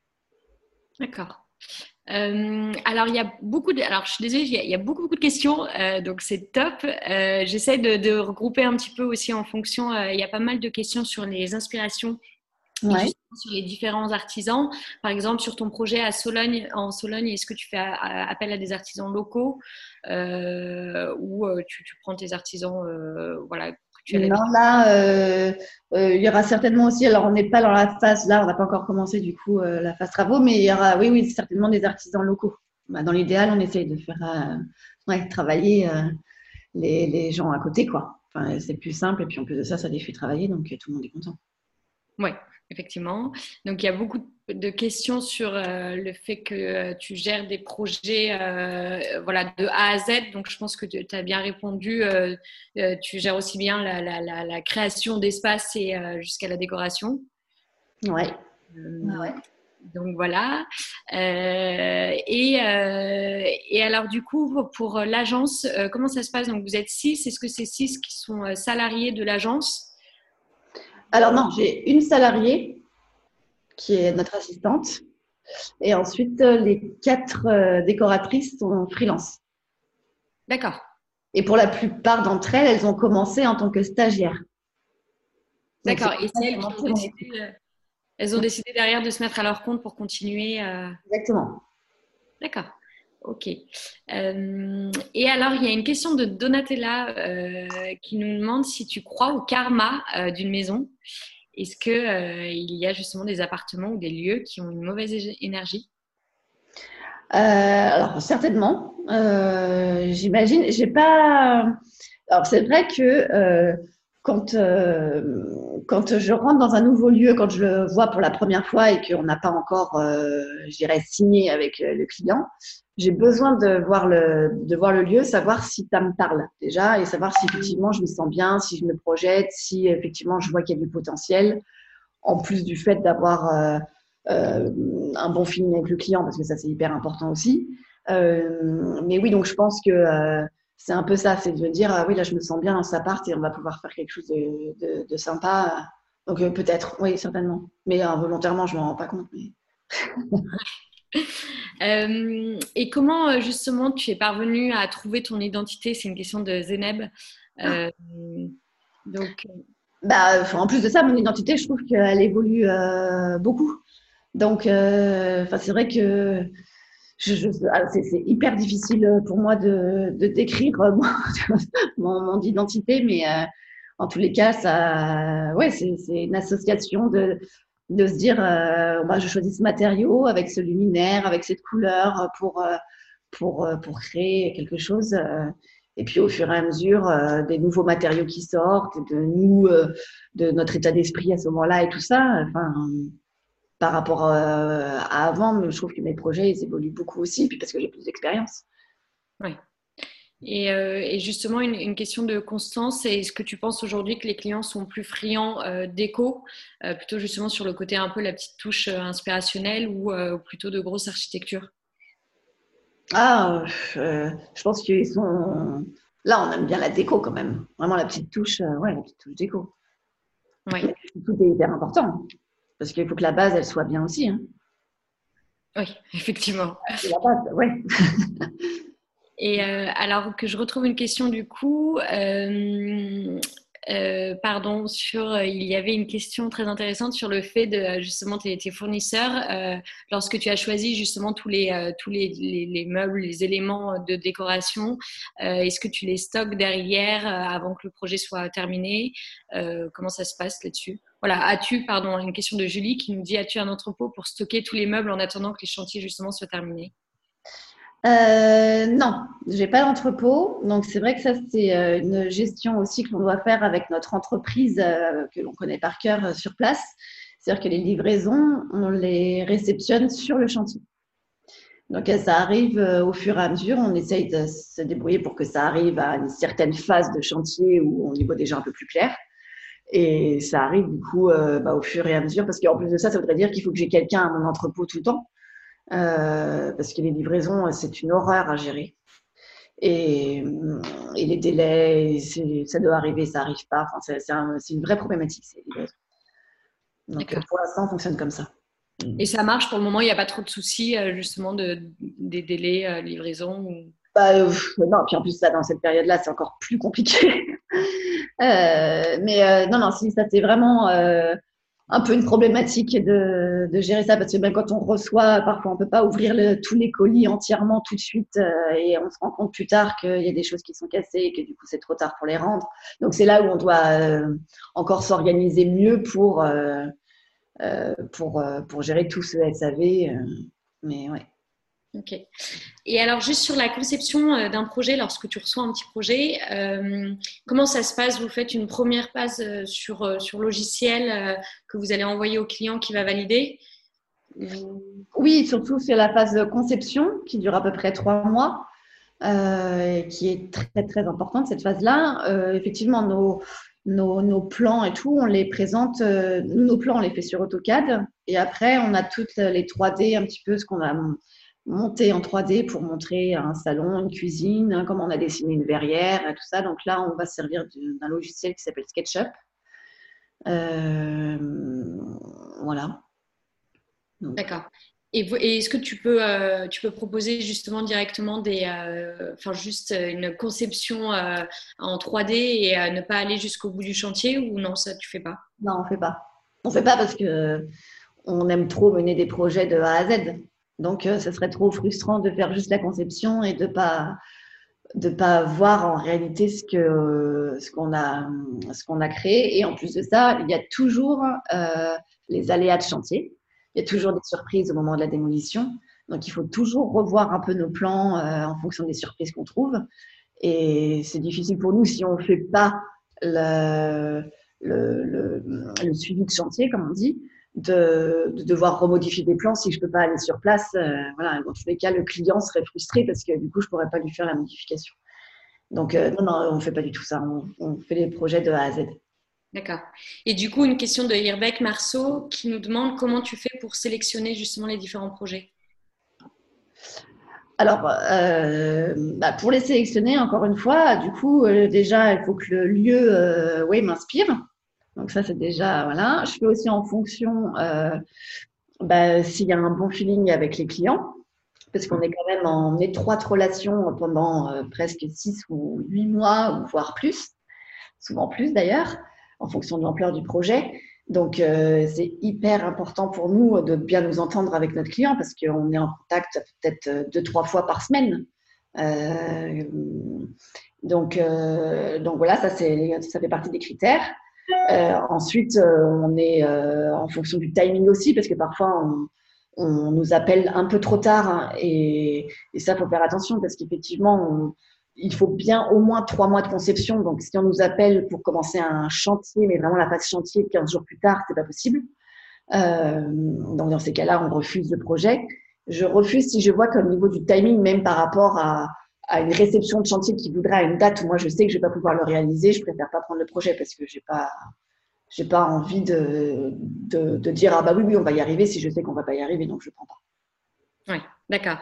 D'accord. Euh, alors, il y a beaucoup de... Alors, je suis désolée, il y a, il y a beaucoup, beaucoup de questions, euh, donc c'est top. Euh, j'essaie de, de regrouper un petit peu aussi en fonction. Euh, il y a pas mal de questions sur les inspirations et Ouais. justement sur les différents artisans. Par exemple, sur ton projet à Sologne, en Sologne, est-ce que tu fais a- a- appel à des artisans locaux euh, ou euh, tu, tu prends tes artisans euh, voilà, que tu as Non, l'habitude? là, euh, euh, il y aura certainement aussi, alors on n'est pas dans la phase, là, on n'a pas encore commencé du coup euh, la phase travaux, mais il y aura, oui, oui, certainement des artisans locaux. Bah, dans l'idéal, on essaye de faire euh, ouais, travailler euh, les, les gens à côté, quoi. Enfin, c'est plus simple, et puis en plus de ça, ça les fait travailler, donc euh, tout le monde est content. Oui, effectivement. Donc, il y a beaucoup de questions sur euh, le fait que euh, tu gères des projets euh, voilà, de A à Z. Donc, je pense que tu as bien répondu. Euh, euh, tu gères aussi bien la, la, la, la création d'espace et euh, jusqu'à la décoration. Ouais. Ouais, Euh, ouais. donc, voilà. Euh, et, euh, et alors, du coup, pour l'agence, euh, comment ça se passe? Donc, vous êtes six. Est-ce que c'est six qui sont euh, salariés de l'agence? Alors non, j'ai une salariée qui est notre assistante, et ensuite euh, les quatre euh, décoratrices sont freelance. D'accord. Et pour la plupart d'entre elles, elles ont commencé en tant que stagiaires. Donc c'est D'accord. comme Et ça c'est que j'ai elles qui ont monté mon décidé, équipe. euh, elles ont décidé derrière de se mettre à leur compte pour continuer. euh, Exactement. D'accord. Ok. Euh, et alors, il y a une question de Donatella euh, qui nous demande si tu crois au karma euh, d'une maison. Est-ce que euh, il y a justement des appartements ou des lieux qui ont une mauvaise é- énergie? Euh, alors certainement, euh, j'imagine. J'ai pas. Alors c'est vrai que euh, quand euh, quand je rentre dans un nouveau lieu, quand je le vois pour la première fois et qu'on n'a pas encore, euh, je dirais, signé avec euh, le client, j'ai besoin de voir le de voir le lieu, savoir si ça me parle déjà et savoir si effectivement je me sens bien, si je me projette, si effectivement je vois qu'il y a du potentiel. En plus du fait d'avoir euh, euh, un bon feeling avec le client, parce que ça c'est hyper important aussi. Euh, mais oui, donc je pense que euh, c'est un peu ça, c'est de dire ah oui là je me sens bien dans cet appart et on va pouvoir faire quelque chose de, de, de sympa. Donc euh, peut-être, oui certainement, mais euh, volontairement je m'en rends pas compte. Mais... Euh, et comment euh, justement tu es parvenue à trouver ton identité? C'est une question de Zéneb. Euh, donc, Bah, en plus de ça, mon identité, je trouve qu'elle évolue euh, beaucoup. Donc, euh, c'est vrai que je, je, ah, c'est, c'est hyper difficile pour moi de, de décrire mon, mon identité, mais euh, en tous les cas, ça, ouais, c'est, c'est une association de, de se dire, euh, bah, je choisis ce matériau avec ce luminaire, avec cette couleur pour, euh, pour, euh, pour créer quelque chose. Euh, et puis au fur et à mesure, euh, des nouveaux matériaux qui sortent, de nous, euh, de notre état d'esprit à ce moment-là et tout ça. Enfin, par rapport euh, à avant, je trouve que mes projets ils évoluent beaucoup aussi, puis parce que j'ai plus d'expérience. ouais. Et, euh, et justement, une, une question de constance, c'est est-ce que tu penses aujourd'hui que les clients sont plus friands euh, d'éco, euh, plutôt justement sur le côté un peu la petite touche euh, inspirationnelle ou euh, plutôt de grosse architecture? Ah, euh, je pense qu'ils sont. Là, on aime bien la déco quand même. Vraiment la petite touche, euh, ouais, la petite touche déco. Oui, Mais tout est hyper important parce qu'il faut que la base elle soit bien aussi. Hein. oui, effectivement. C'est la base, ouais. Et euh, alors que je retrouve une question du coup, euh, euh, pardon, sur, euh, il y avait une question très intéressante sur le fait de justement tes, tes fournisseurs, euh, lorsque tu as choisi justement tous les euh, tous les, les, les meubles, les éléments de décoration, euh, est-ce que tu les stockes derrière euh, avant que le projet soit terminé? Euh, comment ça se passe là-dessus? Voilà, as-tu, pardon, une question de Julie qui nous dit, as-tu un entrepôt pour stocker tous les meubles en attendant que les chantiers justement soient terminés? Euh, non, j'ai pas d'entrepôt. Donc, c'est vrai que ça, c'est euh, une gestion aussi que l'on doit faire avec notre entreprise euh, que l'on connaît par cœur euh, sur place. C'est-à-dire que les livraisons, on les réceptionne sur le chantier. Donc, euh, ça arrive euh, au fur et à mesure. On essaye de se débrouiller pour que ça arrive à une certaine phase de chantier où on y voit déjà un peu plus clair. Et ça arrive du coup euh, bah, au fur et à mesure. Parce qu'en plus de ça, ça voudrait dire qu'il faut que j'ai quelqu'un à mon entrepôt tout le temps. Euh, parce que les livraisons, c'est une horreur à gérer. Et, et les délais, ça doit arriver, ça n'arrive pas. Enfin, c'est, c'est, un, c'est une vraie problématique, ces livraisons. Donc, D'accord. Pour l'instant, on fonctionne comme ça. Et ça marche pour le moment, il n'y a pas trop de soucis, justement, de, des délais de livraison ou... bah, euh, Non, puis en plus, ça, dans cette période-là, c'est encore plus compliqué. euh, mais euh, non, non, si, ça, c'est vraiment... Euh, un peu une problématique de, de gérer ça parce que même quand on reçoit, parfois on peut pas ouvrir le, tous les colis entièrement tout de suite euh, et on se rend compte plus tard qu'il y a des choses qui sont cassées et que du coup c'est trop tard pour les rendre. Donc c'est là où on doit euh, encore s'organiser mieux pour, euh, euh, pour, euh, pour gérer tout ce S A V. Euh, mais ouais. Ok. Et alors, juste sur la conception d'un projet, lorsque tu reçois un petit projet, euh, comment ça se passe? Vous faites une première phase sur, sur logiciel euh, que vous allez envoyer au client qui va valider? Oui, surtout c'est la phase de conception qui dure à peu près trois mois, euh, qui est très très importante cette phase-là. Euh, effectivement, nos, nos, nos plans et tout, on les présente. Euh, nous, nos plans, on les fait sur AutoCAD et après, on a toutes les trois D, un petit peu ce qu'on a monté en trois D pour montrer un salon, une cuisine, hein, comment on a dessiné une verrière et tout ça. Donc là, on va se servir d'un logiciel qui s'appelle SketchUp. Euh, voilà. Donc. D'accord. Et, et est-ce que tu peux, euh, tu peux proposer justement directement des, euh, enfin juste une conception euh, en trois D et euh, ne pas aller jusqu'au bout du chantier ou non, ça tu fais pas? Non, on fait pas. On fait pas parce que on aime trop mener des projets de A à Z. Donc, euh, ce serait trop frustrant de faire juste la conception et de pas de pas voir en réalité ce que ce qu'on a ce qu'on a créé. Et en plus de ça, il y a toujours euh, les aléas de chantier. Il y a toujours des surprises au moment de la démolition. Donc, il faut toujours revoir un peu nos plans euh, en fonction des surprises qu'on trouve. Et c'est difficile pour nous si on ne fait pas le, le, le, le suivi de chantier, comme on dit, de, de devoir remodifier des plans si je ne peux pas aller sur place. Euh, voilà. Dans tous les cas, le client serait frustré parce que du coup, je ne pourrais pas lui faire la modification. Donc, euh, non, non, on ne fait pas du tout ça. On, on fait les projets de A à Z. D'accord. Et du coup, une question de Hirbeck Marceau qui nous demande comment tu fais pour sélectionner justement les différents projets? Alors, euh, bah pour les sélectionner, encore une fois, du coup, euh, déjà, il faut que le lieu euh, ouais, m'inspire. Donc ça, c'est déjà, voilà. Je fais aussi en fonction euh, bah, s'il y a un bon feeling avec les clients, parce qu'on est quand même en étroite relation pendant euh, presque six ou huit mois, ou voire plus, souvent plus d'ailleurs, en fonction de l'ampleur du projet. Donc, euh, c'est hyper important pour nous de bien nous entendre avec notre client parce qu'on est en contact peut-être deux, trois fois par semaine. Euh, donc, euh, donc voilà, ça, c'est, ça fait partie des critères. Euh, ensuite, euh, on est euh, en fonction du timing aussi parce que parfois, on, on nous appelle un peu trop tard hein, et, et ça, il faut faire attention parce qu'effectivement, on, il faut bien au moins trois mois de conception. Donc, si on nous appelle pour commencer un chantier, mais vraiment la phase chantier quinze jours plus tard, c'est pas possible. Euh, donc, dans ces cas-là, on refuse le projet. Je refuse si je vois qu'au niveau du timing, même par rapport à, à une réception de chantier qui voudrait à une date où moi je sais que je vais pas pouvoir le réaliser, je préfère pas prendre le projet parce que j'ai pas, j'ai pas envie de, de, de dire ah bah oui oui on va y arriver si je sais qu'on va pas y arriver donc je prends pas. Oui, d'accord.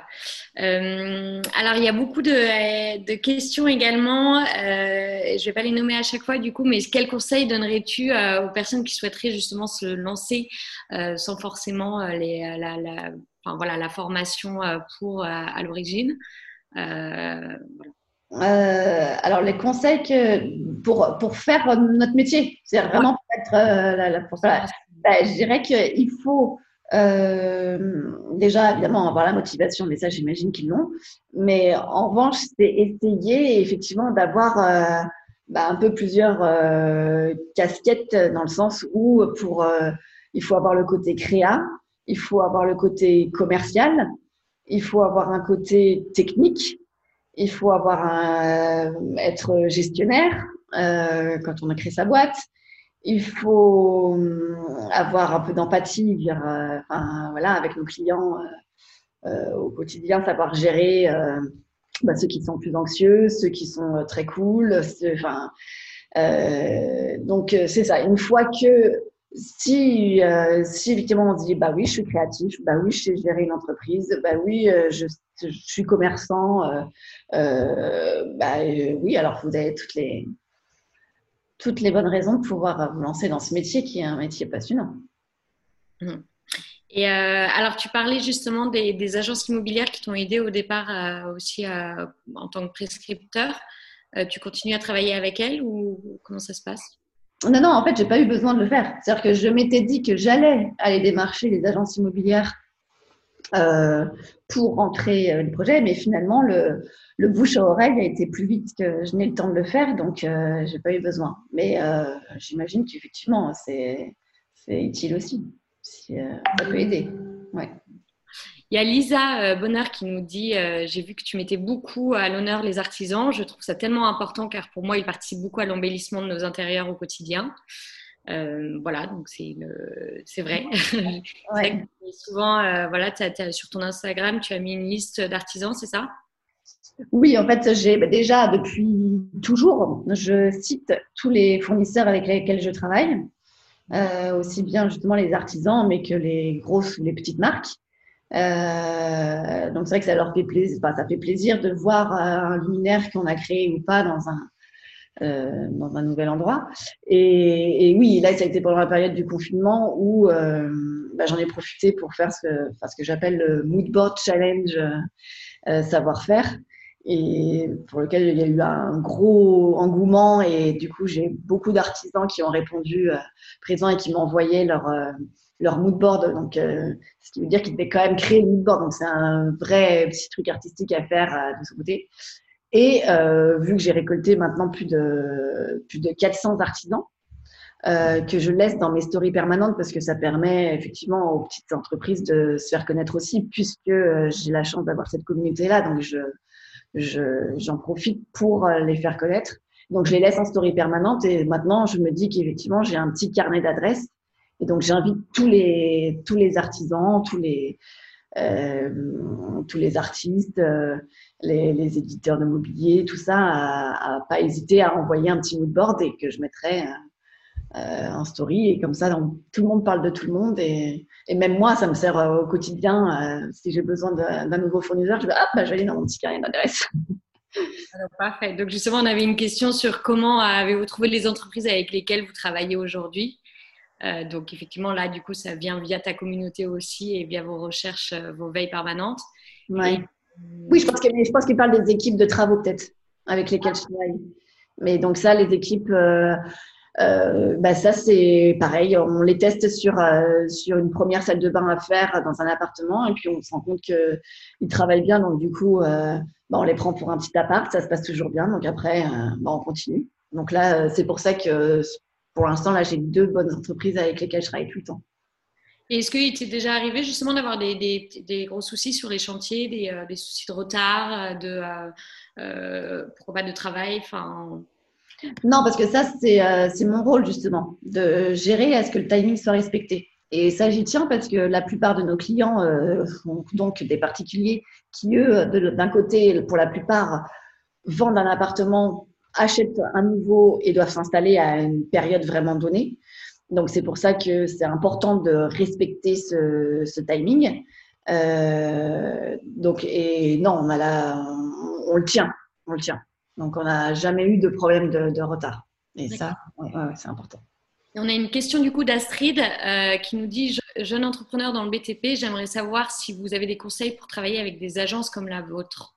Euh, alors, il y a beaucoup de, de questions également. Euh, je ne vais pas les nommer à chaque fois, du coup, mais quel conseil donnerais-tu euh, aux personnes qui souhaiteraient justement se lancer euh, sans forcément euh, les, la, la, enfin, voilà, la formation euh, pour, à, à l'origine euh, voilà. Euh, alors, les conseils que, pour, pour faire notre métier, c'est vraiment pour être euh, la, la, pour, voilà. Ben, je dirais qu'il faut euh, déjà évidemment avoir la motivation, mais ça j'imagine qu'ils l'ont. Mais en revanche, c'est essayer effectivement d'avoir euh, bah, un peu plusieurs euh, casquettes dans le sens où pour euh, il faut avoir le côté créa, il faut avoir le côté commercial. il faut avoir un côté technique, il faut avoir un, être gestionnaire euh, quand on a créé sa boîte. Il faut avoir un peu d'empathie vers, euh, enfin, voilà, avec nos clients euh, euh, au quotidien, savoir gérer euh, bah, ceux qui sont plus anxieux, ceux qui sont euh, très cool. Ceux, enfin, euh, donc, c'est ça. Une fois que si, euh, si effectivement on se dit bah oui, je suis créatif, bah oui, je sais gérer une entreprise, bah oui, euh, je, je suis commerçant, euh, euh, bah euh, oui, alors vous avez toutes les toutes les bonnes raisons de pouvoir vous lancer dans ce métier qui est un métier passionnant. Mmh. Et euh, alors, tu parlais justement des, des agences immobilières qui t'ont aidé au départ euh, aussi euh, en tant que prescripteur. Euh, tu continues à travailler avec elles ou comment ça se passe? Non, non, en fait, j'ai pas eu besoin de le faire. C'est-à-dire que je m'étais dit que j'allais aller démarcher les agences immobilières euh, pour rentrer euh, le projet, mais finalement, le, le bouche à oreille a été plus vite que je n'ai le temps de le faire, donc euh, j'ai pas eu besoin. Mais euh, j'imagine qu'effectivement, c'est, c'est utile aussi. Si, euh, ça peut aider. Ouais. Il y a Lisa euh, Bonheur qui nous dit euh, j'ai vu que tu mettais beaucoup à l'honneur les artisans. Je trouve ça tellement important car pour moi, ils participent beaucoup à l'embellissement de nos intérieurs au quotidien. Euh, voilà, donc c'est, le... c'est vrai. c'est Ouais. vrai que souvent, euh, voilà, t'as, t'as, sur ton Instagram, tu as mis une liste d'artisans, c'est ça? Oui, en fait, j'ai bah, déjà depuis toujours, je cite tous les fournisseurs avec lesquels je travaille, euh, aussi bien justement les artisans, mais que les grosses, les petites marques. Euh, donc c'est vrai que ça leur fait plaisir, enfin, ça fait plaisir de voir un luminaire qu'on a créé ou pas dans un euh, dans un nouvel endroit. Et, et oui, là ça a été pendant la période du confinement où euh, bah, j'en ai profité pour faire ce, enfin, ce que j'appelle le mood board challenge euh, savoir-faire. Et pour lequel il y a eu un gros engouement et du coup j'ai beaucoup d'artisans qui ont répondu euh, présents et qui m'envoyaient leur euh, leur mood board, donc euh, ce qui veut dire qu'ils devaient quand même créer le mood board, donc c'est un vrai petit truc artistique à faire euh, de ce côté. Et euh, vu que j'ai récolté maintenant plus de plus de quatre cents artisans euh, que je laisse dans mes stories permanentes parce que ça permet effectivement aux petites entreprises de se faire connaître aussi, puisque euh, j'ai la chance d'avoir cette communauté là, donc je je, j'en profite pour les faire connaître. Donc, je les laisse en story permanente et maintenant, je me dis qu'effectivement, j'ai un petit carnet d'adresses. Et donc, j'invite tous les, tous les artisans, tous les, euh, tous les artistes, euh, les, les éditeurs de mobilier, tout ça, à, à pas hésiter à envoyer un petit mood board et que je mettrai euh, en story. Et comme ça, donc, tout le monde parle de tout le monde. Et, et même moi, ça me sert euh, au quotidien. Euh, si j'ai besoin de, d'un nouveau fournisseur, je vais, ah, bah, je vais aller dans mon petit carnet d'adresse. Alors, parfait. Donc, justement, on avait une question sur comment avez-vous trouvé les entreprises avec lesquelles vous travaillez aujourd'hui. Euh, donc, effectivement, là, du coup, ça vient via ta communauté aussi et via vos recherches, euh, vos veilles permanentes. Ouais. Et, oui, je pense, que, je pense qu'il parle des équipes de travaux, peut-être, avec lesquelles je travaille. Mais donc, ça, les équipes, euh, euh, bah, ça, c'est pareil. On les teste sur, euh, sur une première salle de bain à faire dans un appartement et puis on se rend compte qu'ils travaillent bien. Donc, du coup, euh, bah, on les prend pour un petit appart. Ça se passe toujours bien. Donc, après, euh, bah, on continue. Donc, là, c'est pour ça que pour l'instant, là, j'ai deux bonnes entreprises avec lesquelles je travaille tout le temps. Et est-ce qu'il t'est déjà arrivé justement d'avoir des, des, des gros soucis sur les chantiers, des, euh, des soucis de retard, de euh, euh, pourquoi pas de travail, enfin... Non, parce que ça, c'est euh, c'est mon rôle justement, de gérer à ce que le timing soit respecté. Et ça, j'y tiens parce que la plupart de nos clients euh, sont donc des particuliers qui, eux, de, d'un côté, pour la plupart, vendent un appartement, achètent un nouveau et doivent s'installer à une période vraiment donnée. Donc, c'est pour ça que c'est important de respecter ce, ce timing. Euh, donc, et non, on, a la, on, on le tient, on le tient. Donc, on n'a jamais eu de problème de, de retard. Et D'accord. ça, ouais, ouais, c'est important. Et on a une question du coup d'Astrid euh, qui nous dit je, jeune entrepreneur dans le B T P, j'aimerais savoir si vous avez des conseils pour travailler avec des agences comme la vôtre.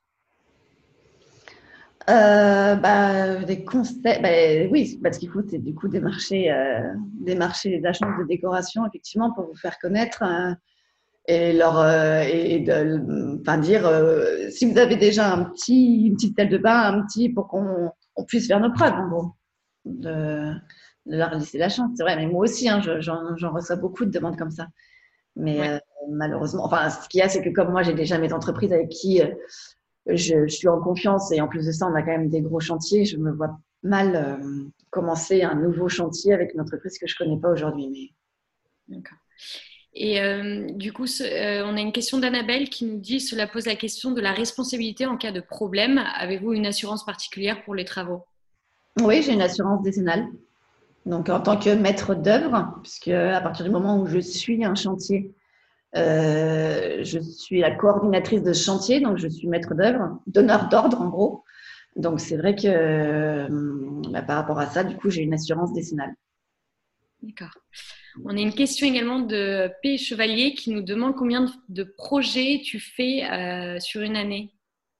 Euh, bah, des conseils, bah, oui, parce qu'il faut c'est du coup démarcher, euh, démarcher les agences de décoration effectivement pour vous faire connaître euh, et leur euh, et de, enfin dire euh, si vous avez déjà un petit, une petite salle de bain, un petit pour qu'on on puisse faire nos preuves en gros, de, de leur laisser la chance. C'est vrai, mais moi aussi, hein, je, j'en, j'en reçois beaucoup de demandes comme ça. Mais Ouais. euh, malheureusement, enfin, ce qu'il y a, c'est que comme moi, j'ai déjà mes entreprises avec qui euh, je, je suis en confiance et en plus de ça, on a quand même des gros chantiers. Je me vois mal euh, commencer un nouveau chantier avec une entreprise que je connais pas aujourd'hui. Mais D'accord. Et euh, du coup, ce- euh, on a une question d'Annabelle qui nous dit, cela pose la question de la responsabilité en cas de problème. Avez-vous une assurance particulière pour les travaux? oui, j'ai une assurance décennale. Donc, en tant que maître d'œuvre, puisque à partir du moment où je suis un chantier, euh, je suis la coordinatrice de ce chantier, donc je suis maître d'œuvre, donneur d'ordre en gros. Donc, c'est vrai que euh, bah, par rapport à ça, du coup, j'ai une assurance décennale. D'accord. On a une question également de P. Chevalier qui nous demande combien de, de projets tu fais euh, sur une année.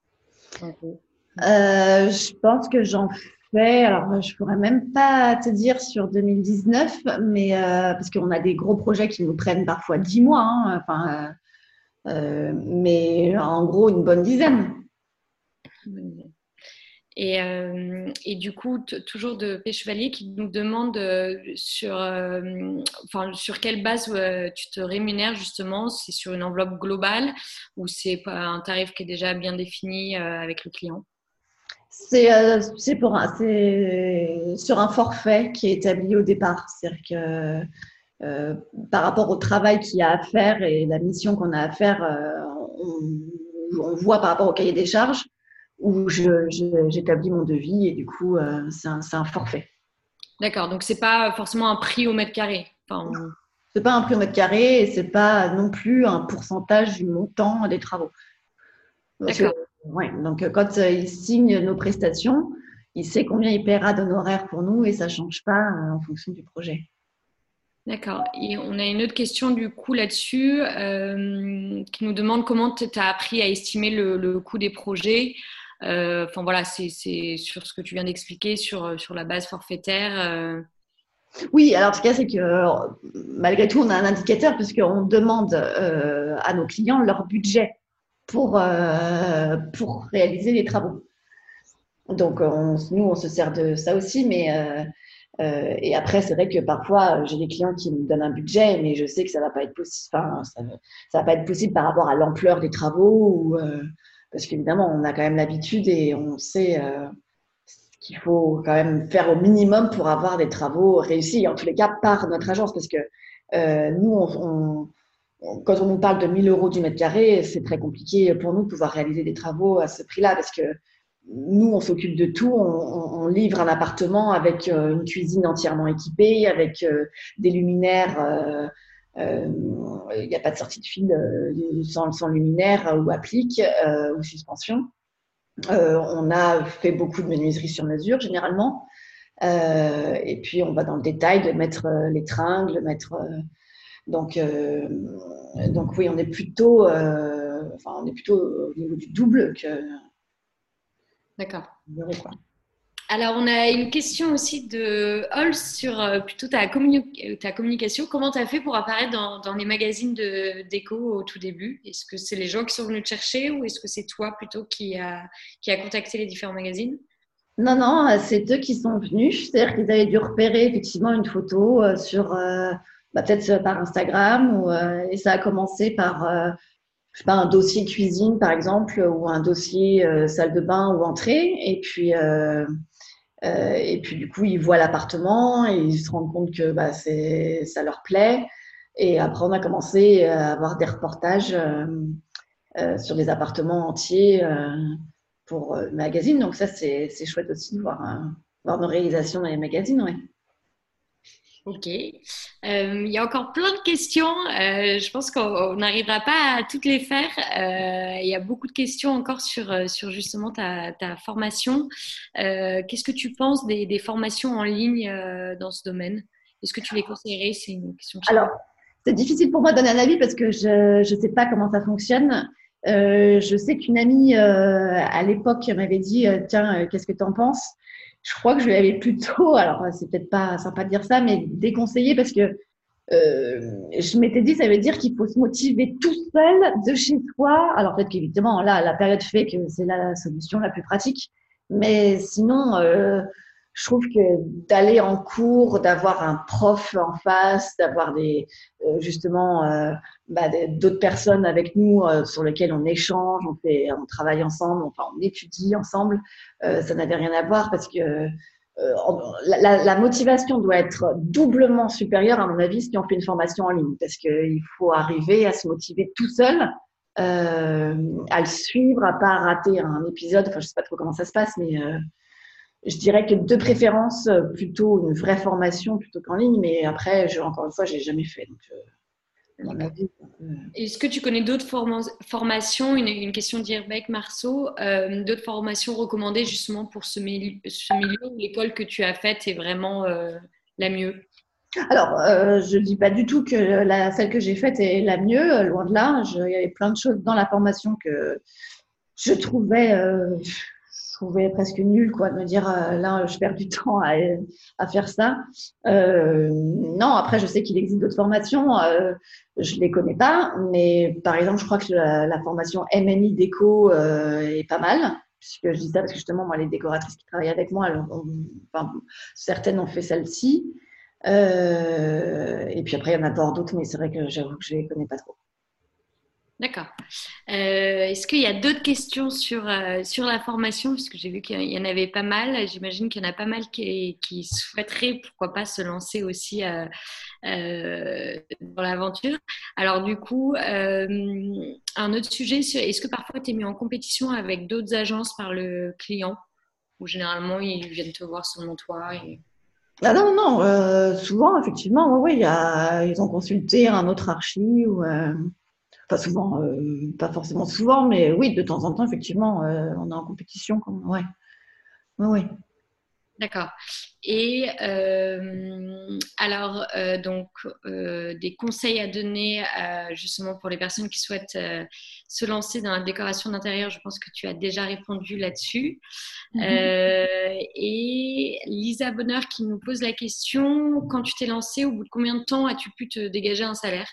Euh, je pense que j'en fais, alors je pourrais même pas te dire sur deux mille dix-neuf, mais euh, parce qu'on a des gros projets qui nous prennent parfois dix mois, hein, enfin, euh, euh, mais en gros une bonne dizaine. Et, euh, et du coup, t- toujours de P. Chevalier qui nous demande euh, sur, euh, enfin, sur quelle base euh, tu te rémunères justement. C'est sur une enveloppe globale ou c'est pas un tarif qui est déjà bien défini euh, avec le client? C'est euh, c'est pour un, c'est sur un forfait qui est établi au départ. C'est-à-dire que euh, par rapport au travail qu'il y a à faire et la mission qu'on a à faire, euh, on, on voit par rapport au cahier des charges où je, je- j'établis mon devis et du coup, euh, c'est un, c'est un forfait. D'accord, donc c'est pas forcément un prix au mètre carré. Enfin, on- C'est pas un prix au mètre carré et c'est pas non plus un pourcentage du montant des travaux. Parce que, D'accord. ouais, donc quand euh, il signe nos prestations, il sait combien il paiera d'honoraires pour nous et ça change pas euh, en fonction du projet. D'accord. Et on a une autre question du coup là-dessus euh, qui nous demande comment tu as appris à estimer le, le coût des projets. Euh, Enfin voilà, c'est c'est sur ce que tu viens d'expliquer sur, sur la base forfaitaire. euh. Oui, alors ce qu'il y a, c'est que euh, malgré tout, on a un indicateur puisqu'on demande euh, à nos clients leur budget pour, euh, pour réaliser les travaux. Donc, on, nous, on se sert de ça aussi, mais euh, euh, et après, c'est vrai que parfois, j'ai des clients qui me donnent un budget, mais je sais que ça va pas être possible. Enfin, ça, ça va pas être possible par rapport à l'ampleur des travaux, ou, euh, parce qu'évidemment, on a quand même l'habitude et on sait euh, qu'il faut quand même faire au minimum pour avoir des travaux réussis, en tous les cas par notre agence, parce que euh, nous, on, on, quand on nous parle de mille euros du mètre carré, c'est très compliqué pour nous de pouvoir réaliser des travaux à ce prix-là, parce que nous, on s'occupe de tout. On, on, on livre un appartement avec euh, une cuisine entièrement équipée, avec euh, des luminaires. Euh, euh, il n'y a pas de sortie de fil euh, sans, sans luminaire ou applique euh, ou suspension. Euh, on a fait beaucoup de menuiserie sur mesure généralement. Euh, et puis on va dans le détail de mettre euh, les tringles, mettre euh, donc euh, donc oui, on est plutôt euh, enfin on est plutôt au niveau du double que D'accord. quoi. Alors, on a une question aussi de Hol sur euh, plutôt ta, communi- ta communication. Comment tu as fait pour apparaître dans, dans les magazines de déco au tout début? Est-ce que c'est les gens qui sont venus te chercher ou est-ce que c'est toi plutôt qui a, qui a contacté les différents magazines? Non, non, euh, c'est eux qui sont venus. C'est-à-dire qu'ils avaient dû repérer effectivement une photo euh, sur, euh, bah, peut-être euh, par Instagram, ou, euh, et ça a commencé par, euh, je sais pas, un dossier cuisine par exemple, ou un dossier euh, salle de bain ou entrée. Et puis, euh, euh, et puis du coup, ils voient l'appartement et ils se rendent compte que bah, c'est, ça leur plaît. Et après, on a commencé à avoir des reportages euh, euh, sur des appartements entiers. Euh, pour euh, le magazine. Donc ça, c'est, c'est chouette aussi de voir, euh, voir nos réalisations dans les magazines. Ouais. Ok. Euh, il y a encore plein de questions. Euh, je pense qu'on n'arrivera pas à toutes les faire. Euh, il y a beaucoup de questions encore sur, euh, sur justement ta, ta formation. Euh, qu'est-ce que tu penses des, des formations en ligne euh, dans ce domaine? Est-ce que tu les conseillerais? C'est une question que Alors, j'avais. c'est difficile pour moi de donner un avis parce que je ne sais pas comment ça fonctionne. Euh, je sais qu'une amie euh, à l'époque m'avait dit euh, tiens, euh, qu'est-ce que tu en penses? Je crois que je lui avais plutôt, alors c'est peut-être pas sympa de dire ça, mais déconseillé parce que euh, je m'étais dit ça veut dire qu'il faut se motiver tout seul de chez soi. Alors peut-être qu'évidemment là, la période fait que c'est la solution la plus pratique, mais sinon. Euh, je trouve que d'aller en cours, d'avoir un prof en face, d'avoir des euh, justement euh, bah, des- d'autres personnes avec nous euh, sur lesquelles on échange, on fait, on travaille ensemble, enfin on étudie ensemble, euh, ça n'avait rien à voir parce que euh, en- la, la- la motivation doit être doublement supérieure à mon avis si on fait une formation en ligne parce qu'il faut arriver à se motiver tout seul. Euh, à le suivre, à pas rater un épisode. Enfin, je sais pas trop comment ça se passe, mais euh, je dirais que de préférence, euh, plutôt une vraie formation plutôt qu'en ligne, mais après, je, encore une fois, j'ai jamais fait. Donc, euh, à mon avis, c'est un peu- Est-ce que tu connais d'autres forma- formations, une, une question d'Irbeck Marceau, euh, d'autres formations recommandées justement pour ce, milieu, ce milieu où l'école que tu as faite est vraiment euh, la mieux? Alors, euh, je dis pas du tout que la, celle que j'ai faite est la mieux, euh, loin de là. Je- Il y avait plein de choses dans la formation que je trouvais, euh, je trouvais presque nul, quoi, de me dire euh, là, je perds du temps à, à faire ça. Euh, non, après, je sais qu'il existe d'autres formations, euh, je les connais pas, mais par exemple, je crois que la, la formation M M I déco euh, est pas mal. Puisque je dis ça parce que justement, moi, les décoratrices qui travaillent avec moi, elles ont- enfin, certaines ont fait celle-ci. Euh, et puis après, il y en a d'autres, mais c'est vrai que j'avoue que je les connais pas trop. D'accord. Euh, est-ce qu'il y a d'autres questions sur, euh, sur la formation? Parce que j'ai vu qu'il y en avait pas mal. J'imagine qu'il y en a pas mal qui, qui souhaiteraient, pourquoi pas, se lancer aussi euh, euh, dans l'aventure. Alors du coup, euh, un autre sujet, c'est- est-ce que parfois tu es mis en compétition avec d'autres agences par le client? Ou généralement, ils viennent te voir selon toi et... Ah non, non, euh, souvent, effectivement, oui, oui, il y a, ils ont consulté un autre archi, ou, euh, pas souvent, euh, pas forcément souvent, mais oui, de temps en temps, effectivement, euh, on est en compétition. Comme, ouais, ouais, ouais. D'accord. Et euh, alors, euh, donc, euh, des conseils à donner euh, justement pour les personnes qui souhaitent euh, se lancer dans la décoration d'intérieur, je pense que tu as déjà répondu là-dessus. Mhm. Euh, et Lisa Bonheur qui nous pose la question, quand tu t'es lancée, au bout de combien de temps as-tu pu te dégager un salaire?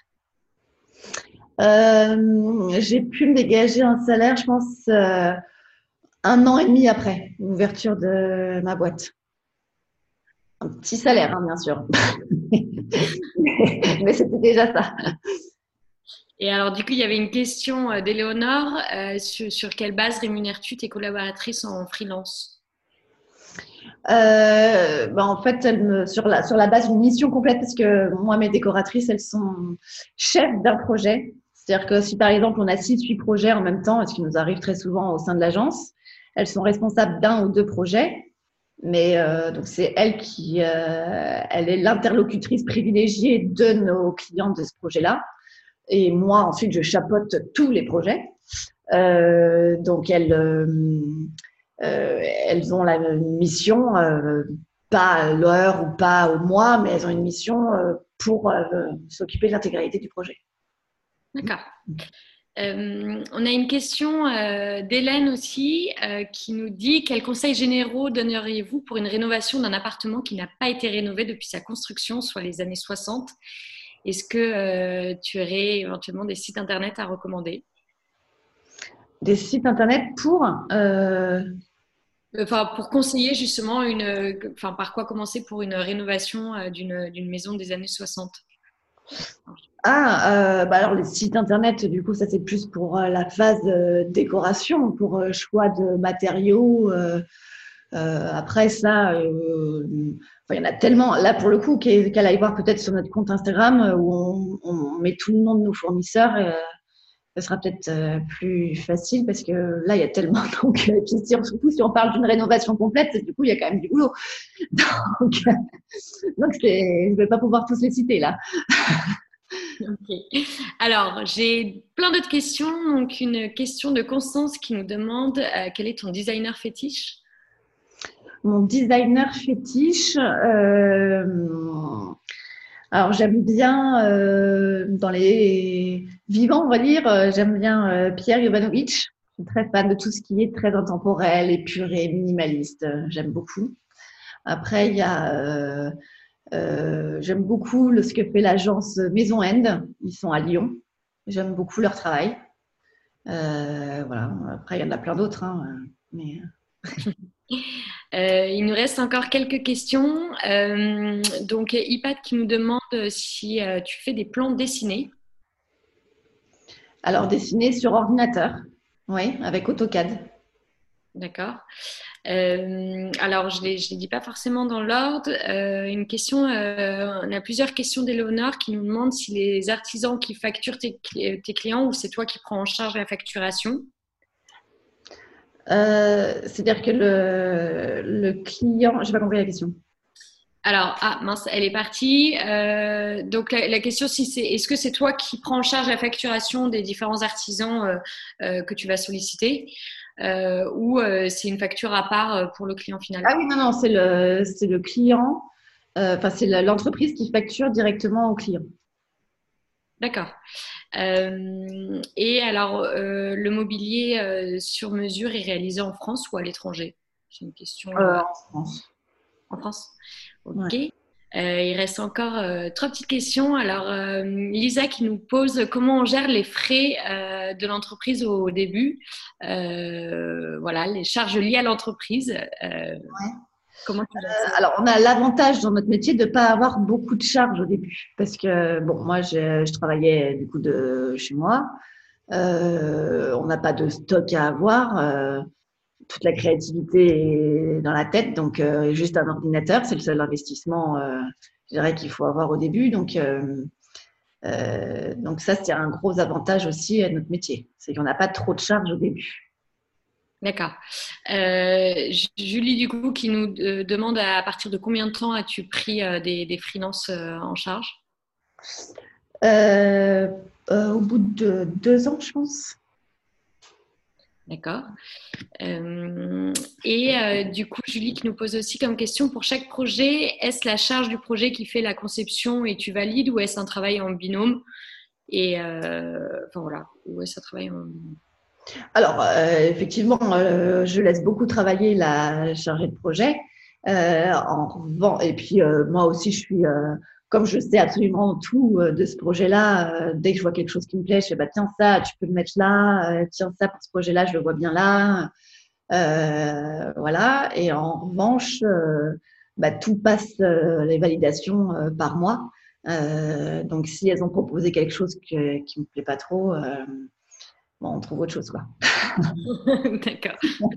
Euh, j'ai pu me dégager un salaire, je pense, euh, un an et demi après l'ouverture de ma boîte. Un petit salaire, hein, bien sûr, mais, mais c'était déjà ça. Et alors, du coup, il y avait une question euh, d'Éléonore, euh, sur, sur quelle base rémunères-tu tes collaboratrices en freelance? Euh, bah, en fait, elle me, sur, la, sur la base d'une mission complète, parce que moi, mes décoratrices, elles sont chefs d'un projet. C'est-à-dire que si par exemple on a six, huit projets en même temps, ce qui nous arrive très souvent au sein de l'agence, elles sont responsables d'un ou deux projets. Mais euh, donc c'est elle qui, euh, elle est l'interlocutrice privilégiée de nos clients de ce projet-là. Et moi, ensuite, je chapeaute tous les projets. Euh, donc elles, euh, euh, elles ont la mission, euh, pas à l'heure ou pas au mois, mais elles ont une mission euh, pour euh, s'occuper de l'intégralité du projet. D'accord. Euh, on a une question euh, d'Hélène aussi euh, qui nous dit quels conseils généraux donneriez-vous pour une rénovation d'un appartement qui n'a pas été rénové depuis sa construction, soit les années soixante? Est-ce que euh, tu aurais éventuellement des sites internet à recommander? Des sites internet pour euh, Enfin, pour conseiller justement une, enfin, par quoi commencer pour une rénovation euh, d'une, d'une maison des années soixante? ah, euh, bah alors les sites internet, du coup, ça c'est plus pour euh, la phase euh, décoration, pour euh, choix de matériaux. Euh, euh, après ça, euh, enfin, il y en a tellement. Là, pour le coup, qu'elle qu'elle aille voir peut-être sur notre compte Instagram euh, où on, on met tout le nom de nos fournisseurs. Euh, ce sera peut-être euh, plus facile parce que là, il y a tellement. Donc, euh, puis si on- surtout si on parle d'une rénovation complète, du coup, il y a quand même du boulot. Donc, euh, donc c'est- je ne vais pas pouvoir tous les citer là. Ok. Alors, j'ai plein d'autres questions. Donc, une question de Constance qui nous demande euh, quel est ton designer fétiche? Mon designer fétiche, euh, alors j'aime bien euh, dans les vivants, on va dire, euh, j'aime bien euh, Pierre Jovanovic. Je suis très fan de tout ce qui est très intemporel, épuré, minimaliste. Euh, J'aime beaucoup. Après, il y a, euh, euh, j'aime beaucoup le, ce que fait l'agence Maison End. Ils sont à Lyon. J'aime beaucoup leur travail. Euh, voilà. Après, il y en a plein d'autres, hein, mais Euh, il nous reste encore quelques questions. Euh, donc, Ipat qui nous demande si euh, tu fais des plans dessinés. Alors, dessiner sur ordinateur, oui, avec AutoCAD. D'accord. Euh, alors, je ne les, je les dis pas forcément dans l'ordre. Euh, une question, euh, on a plusieurs questions d'Éléonore qui nous demandent si les artisans qui facturent tes, tes clients ou c'est toi qui prends en charge la facturation. Euh, c'est-à-dire que le, le client, je n'ai pas compris la question. Alors, ah mince, elle est partie. Euh, donc la, la question, si c'est, est-ce que c'est toi qui prends en charge la facturation des différents artisans euh, euh, que tu vas solliciter euh, ou euh, c'est une facture à part pour le client final? Ah oui, non, non, c'est le, c'est le client, euh, enfin c'est la- l'entreprise qui facture directement au client. D'accord. Euh, et alors, euh, le mobilier euh, sur mesure est réalisé en France ou à l'étranger? C'est une question Euh, euh, en France. en France. Ok. Ouais. Euh, il reste encore euh, trois petites questions. Alors, euh, Lisa qui nous pose comment on gère les frais euh, de l'entreprise au début. Euh, voilà, les charges liées à l'entreprise. Euh, Ouais. comment tu gères Euh, ça? alors, on a l'avantage dans notre métier de ne pas avoir beaucoup de charges au début. Parce que, bon, moi, je, je travaillais du coup de chez moi. Euh, on n'a pas de stock à avoir. Euh, toute la créativité est dans la tête. Donc, euh, juste un ordinateur, c'est le seul investissement, euh, je dirais, qu'il faut avoir au début. Donc, euh, euh, donc ça, c'est un gros avantage aussi à notre métier. C'est qu'on n'a pas trop de charges au début. D'accord. Euh, Julie, du coup, qui nous euh, demande à partir de combien de temps as-tu pris euh, des, des freelances euh, en charge? Euh, euh, au bout de deux ans, je pense. D'accord. Euh, et euh, du coup, Julie qui nous pose aussi comme question, pour chaque projet, est-ce la charge du projet qui fait la conception et tu valides ou est-ce un travail en binôme? Et euh, enfin voilà, ou est-ce un travail en binôme? Alors, euh, effectivement, euh, je laisse beaucoup travailler la chargée de projet. Euh, en revend- et puis, euh, moi aussi, je suis, euh, comme je sais absolument tout euh, de ce projet-là, euh, dès que je vois quelque chose qui me plaît, je fais, bah, tiens, ça, tu peux le mettre là, euh, tiens, ça, pour ce projet-là, je le vois bien là. Euh, voilà. Et en revanche, euh, bah, tout passe euh, les validations euh, par mois. Euh, donc, si elles ont proposé quelque chose que, qui me plaît pas trop, euh, bon, on trouve autre chose, quoi. D'accord.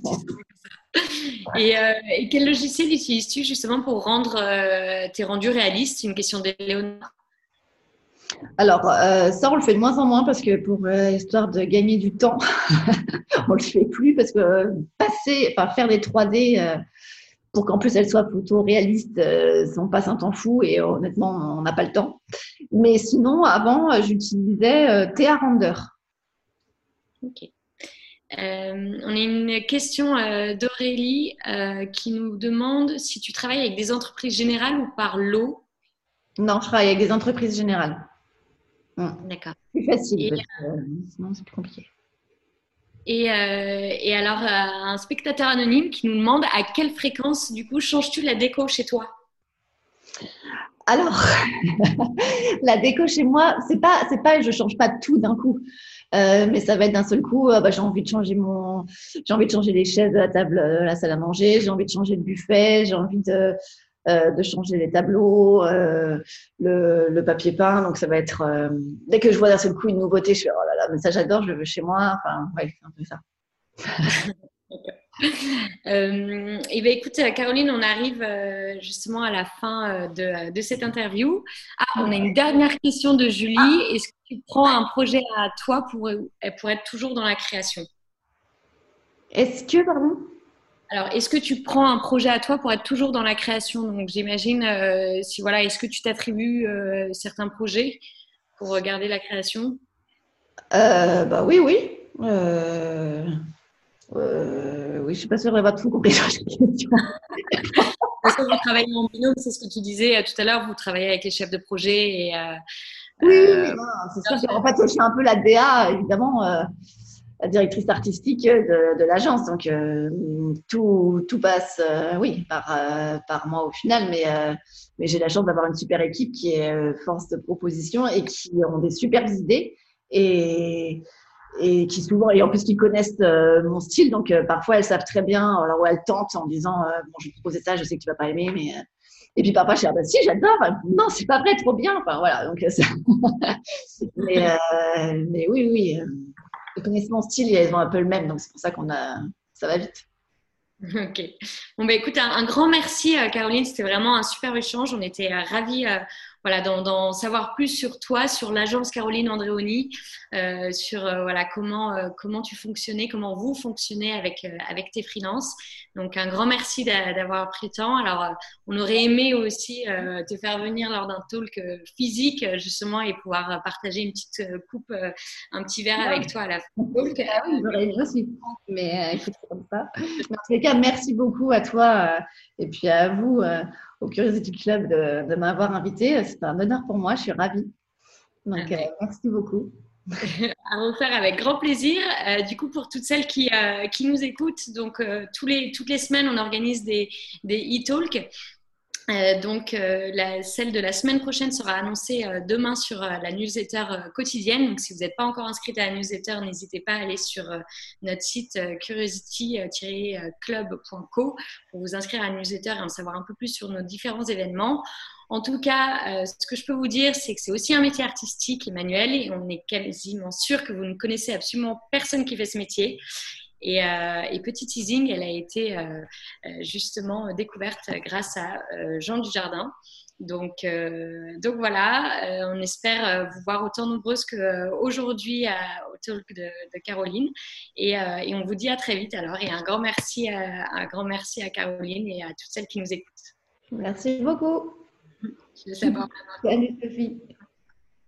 Et, euh, et quel logiciel utilises-tu justement pour rendre euh, tes rendus réalistes? C'est une question d'Éléonore. Alors, euh, ça, on le fait de moins en moins parce que pour euh, histoire de gagner du temps, on le fait plus parce que euh, passer, enfin faire des trois D euh, pour qu'en plus elles soient photoréalistes, euh, on passe un temps fou et euh, honnêtement, on n'a pas le temps. Mais sinon, avant, euh, j'utilisais euh, T A Render. Ok. Euh, on a une question euh, d'Aurélie euh, qui nous demande si tu travailles avec des entreprises générales ou par lot. Non, je travaille avec des entreprises générales. Hum. D'accord. C'est plus facile Et, parce que euh, sinon, c'est plus compliqué. et, euh, et alors, euh, un spectateur anonyme qui nous demande à quelle fréquence, du coup, changes-tu la déco chez toi? Alors, la déco chez moi, c'est pas, c'est pas, je change pas tout d'un coup. Euh, mais ça va être d'un seul coup, euh, bah, j'ai envie de changer mon, j'ai envie de changer les chaises de la table, de la salle à manger, j'ai envie de changer le buffet, j'ai envie de, euh, de changer les tableaux, euh, le, le papier peint. Donc ça va être, euh, dès que je vois d'un seul coup une nouveauté, je fais, oh là là, mais ça j'adore, je le veux chez moi. Enfin, ouais, c'est un peu ça. Euh, et ben écoute, Caroline, on arrive euh, justement à la fin euh, de, de cette interview. Ah, on a une dernière question de Julie. Est-ce que tu prends un projet à toi pour, pour être toujours dans la création? Est-ce que, pardon? Alors, est-ce que tu prends un projet à toi pour être toujours dans la création? Donc, j'imagine, euh, si voilà, est-ce que tu t'attribues euh, certains projets pour garder la création? Euh, bah oui, oui. Euh, euh, oui, je suis pas sûre d'avoir tout compris sur cette question. De toute façon, vous travaillez en binôme, c'est ce que tu disais euh, tout à l'heure. Vous travaillez avec les chefs de projet et euh, Oui, oui, oui, euh, non, c'est sûr qu'en fait, je suis un peu la D A, évidemment, euh, la directrice artistique de, de l'agence. Donc, euh, tout, tout passe, euh, oui, par, euh, par moi au final. Mais, euh, mais j'ai la chance d'avoir une super équipe qui est euh, force de proposition et qui ont des superbes idées. Et, et qui souvent, et en plus qui connaissent euh, mon style, donc euh, parfois elles savent très bien, alors où elles tentent en disant euh, bon, je vais te proposer ça, je sais que tu vas pas aimer, mais euh... et puis parfois je dis ah, bah si, j'adore, enfin, non, c'est pas vrai, trop bien, enfin voilà, donc euh, ça... mais, euh, mais oui, oui, euh, elles connaissent mon style et elles ont un peu le même, donc c'est pour ça qu'on a, ça va vite. Ok. Bon, bah, écoute, un, un grand merci, euh, Caroline. C'était vraiment un super échange. On était euh, ravis euh, voilà, d'en, d'en savoir plus sur toi, sur l'agence Caroline Andréoni, euh, sur euh, voilà, comment, euh, comment tu fonctionnais, comment vous fonctionnez avec, euh, avec tes freelances. Donc, un grand merci d'a, d'avoir pris le temps. Alors, euh, on aurait aimé aussi euh, te faire venir lors d'un talk euh, physique, justement, et pouvoir euh, partager une petite euh, coupe, euh, un petit verre avec toi à la fin du talk. Ah oui, j'aurais aimé aussi, mais euh, écoute, c'est comme ça. Mais en tous les cas, merci beaucoup à toi euh, et puis à vous euh, au Curiosity Club de, de m'avoir invité. C'est un honneur pour moi, je suis ravie. Donc, euh, merci beaucoup. À refaire avec grand plaisir. Euh, du coup, pour toutes celles qui, euh, qui nous écoutent, donc euh, tous les, toutes les semaines, on organise des, des e-talks. Euh, donc, euh, la, celle de la semaine prochaine sera annoncée euh, demain sur euh, la newsletter euh, quotidienne. Donc, si vous n'êtes pas encore inscrite à la newsletter, n'hésitez pas à aller sur euh, notre site euh, curiosity club point co pour vous inscrire à la newsletter et en savoir un peu plus sur nos différents événements. En tout cas, euh, ce que je peux vous dire, c'est que c'est aussi un métier artistique et manuel et on est quasiment sûr que vous ne connaissez absolument personne qui fait ce métier. Et, euh, et petit teasing, elle a été euh, justement découverte grâce à euh, Jean Dujardin. Donc, euh, donc voilà, euh, on espère euh, vous voir autant nombreuses qu'aujourd'hui euh, au talk de, de Caroline. Et, euh, et on vous dit à très vite alors. Et un grand merci à, un grand merci à Caroline et à toutes celles qui nous écoutent. Merci beaucoup. Je vais savoir. Salut Sophie.